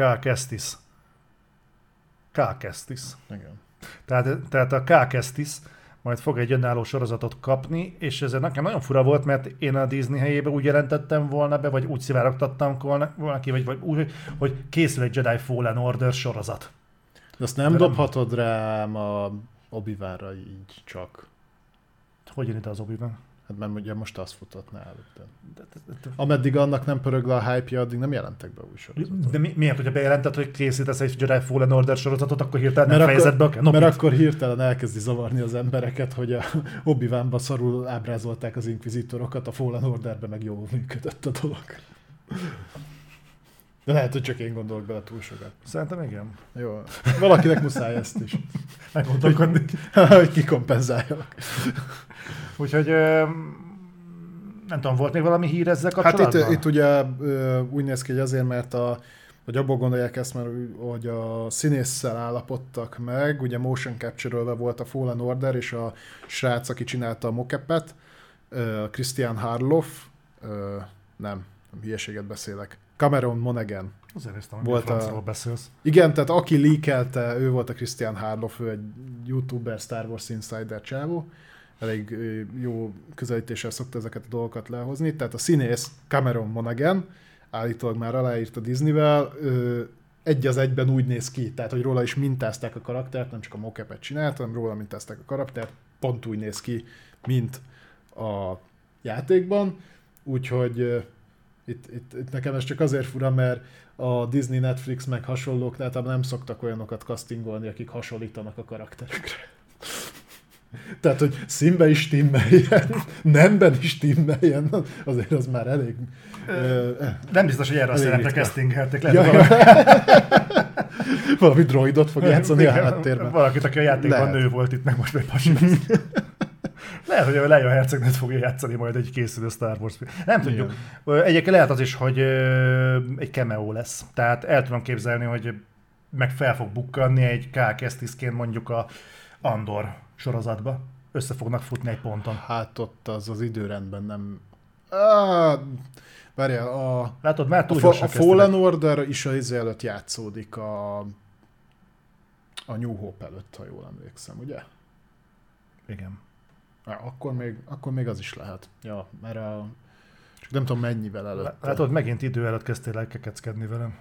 Cal Kestis. Igen. Tehát a Cal Kestis majd fog egy önálló sorozatot kapni, és ez nekem nagyon fura volt, mert én a Disney helyébe úgy jelentettem volna be, vagy úgy szivárogtattam volna ki, vagy úgy, hogy készül egy Jedi Fallen Order sorozat. De azt nem dobhatod rám a Obi-Wanra így csak. Hogy jön ide az Obi-Wan? Hát mert ugye most azt futott náluk. Ameddig annak nem pörög le a hype-ja, addig nem jelentek be új sorozatot. De miért, hogyha bejelentett, hogy készítesz egy Jedi Fallen Order sorozatot, akkor hirtelen nem fejezed be? Mert akkor hirtelen elkezdi zavarni az embereket, hogy a Obi-Wanba szarul ábrázolták az inkvizitorokat, a Fallen Orderbe meg jól működött a dolog. De lehet, hogy csak én gondolok bele túl sokat. Szerintem igen. Jó. Valakinek muszáj ezt is. Meggondolkodni. Hogy kikompenzáljalak. Úgyhogy nem tudom, volt még valami hír ezzel kapcsolatban? Hát itt ugye úgy néz ki, hogy azért, mert hogy abból gondolják ezt, mert hogy a színésszel állapodtak meg, ugye motion capture-ölve volt a Fallen Order, és a srác, aki csinálta a mock-upet, Christian Harloff, nem, hülyeséget beszélek, Cameron Monaghan. Azért néztem, hogy francról beszélsz. Igen, tehát aki leakelte, ő volt a Christian Harloff, ő egy youtuber, Star Wars Insider csávó. Elég jó közelítéssel szokta ezeket a dolgokat lehozni. Tehát a színész Cameron Monaghan állítólag már aláírt a Disneyvel, egy az egyben úgy néz ki, tehát hogy róla is mintázták a karaktert, nem csak a mock-upet csinált, hanem róla mintázták a karaktert, pont úgy néz ki, mint a játékban. Úgyhogy Itt nekem ez csak azért fura, mert a Disney, Netflix meg hasonlóknál nem szoktak olyanokat castingolni, akik hasonlítanak a karakterekre. Tehát, hogy színbe is stimmeljen, nemben is stimmeljen, azért az már elég... Nem biztos, hogy erre a szerepre castingeltek. Valami droidot fog játszani a háttérben. Valakit, aki a játékban nő volt, itt meg most még pasi lesz. Lehet, hogy a Leia hercegnőt fogja játszani majd egy készülő Star Wars film. Nem tudjuk. Egyébként lehet az is, hogy egy cameo lesz. Tehát el tudom képzelni, hogy meg fel fog bukkanni egy Cal Kestisként mondjuk a Andor sorozatba. Össze fognak futni egy ponton. Hát ott az időrendben nem... Várjál, látod, már túl a Fallen Order is az előtt játszódik a New Hope előtt, ha jól emlékszem, ugye? Igen. Akkor még az is lehet. Ja, mert csak nem tudom mennyivel előtt. Látod, megint idő előtt kezdtél el kekeckedni velem.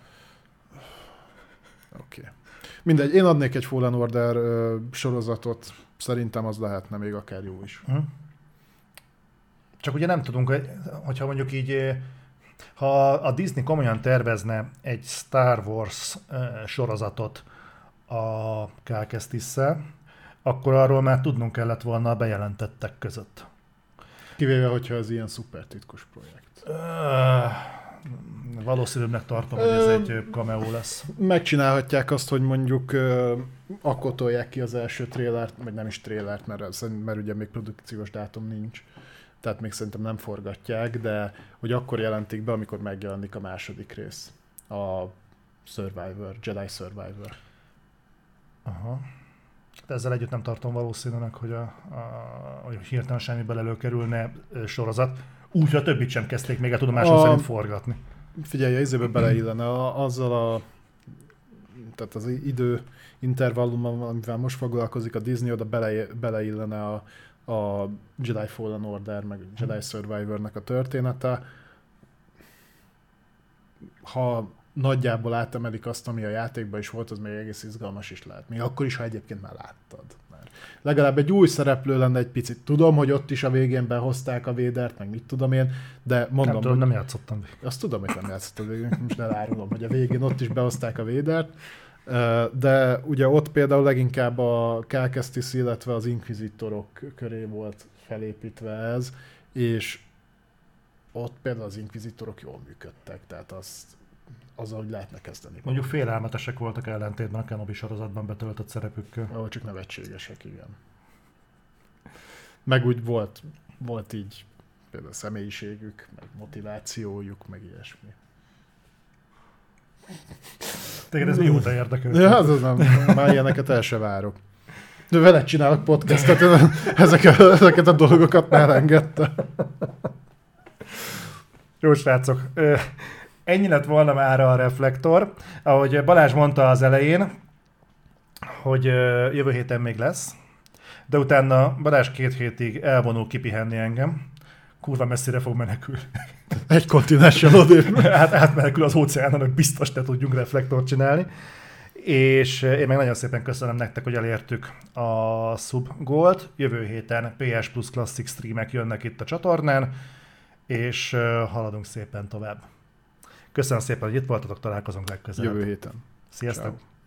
Oké. Mindegy, én adnék egy Fallen Order sorozatot, szerintem az lehetne még akár jó is. Csak ugye nem tudunk, hogyha mondjuk így, ha a Disney komolyan tervezne egy Star Wars sorozatot a Cal Kestisszel, akkor arról már tudnunk kellett volna a bejelentettek között. Kivéve, hogyha ez ilyen szuper titkos projekt. Valószínűbbnek tartom, hogy ez egy cameo lesz. Megcsinálhatják azt, hogy mondjuk akkor tolják ki az első trélert, vagy nem is trélert, mert ugye még produkciós dátum nincs. Tehát még szerintem nem forgatják, de hogy akkor jelentik be, amikor megjelenik a második rész. A Jedi Survivor. Aha. De ezzel együtt nem tartom valószínűleg, hogy hirtelen semmiből előkerülne sorozat. Úgy, a többit sem kezdték még a tudomásom szerint forgatni. Figyelj, az izébe beleillene azzal tehát az idő intervallummal, amivel most foglalkozik a Disney, oda beleillene a Jedi Fallen Order, meg Jedi Survivornak a története. Ha nagyjából átemelik azt, ami a játékban is volt, az még egész izgalmas is lehet. Még akkor is, ha egyébként már láttad. Mert legalább egy új szereplő lenne egy picit. Tudom, hogy ott is a végén behozták a Vadert, meg mit tudom én, de mondom... Nem tudom, nem játszottam végig. Azt tudom, hogy nem játszottam végig, most elárulom, hogy a végén ott is behozták a Vadert, de ugye ott például leginkább a Cal Kestis, illetve az inkvizitorok köré volt felépítve ez, és ott például az inkvizitorok jól működtek, tehát azzal, hogy lehetne kezdeni. Mondjuk félelmetesek voltak ellentétben a Kenobi sorozatban betöltött szerepükkel. Ahol csak nevetségesek, igen. Meg úgy volt így például személyiségük, meg motivációjuk, meg ilyesmi. Téged ez mióta érdekel? Ja, az nem, már ilyeneket el se várok. De veled csinálok podcastet, ezeket a dolgokat már engedte. Jó srácok, ennyi lett volna már a Reflektor. Ahogy Balázs mondta az elején, hogy jövő héten még lesz, de utána Balázs 2 hétig elvonul kipihenni engem. Kurva messzire fog menekülni. Egy kontinensen odébb. Átmenekül az óceánon, hogy biztos ne tudjunk Reflektort csinálni. És én meg nagyon szépen köszönöm nektek, hogy elértük a Sub Goalt. Jövő héten PS Plus Classic streamek jönnek itt a csatornán, és haladunk szépen tovább. Köszönöm szépen, hogy itt voltatok, találkozunk legközelebb. Jövő héten. Sziasztok! Ciao.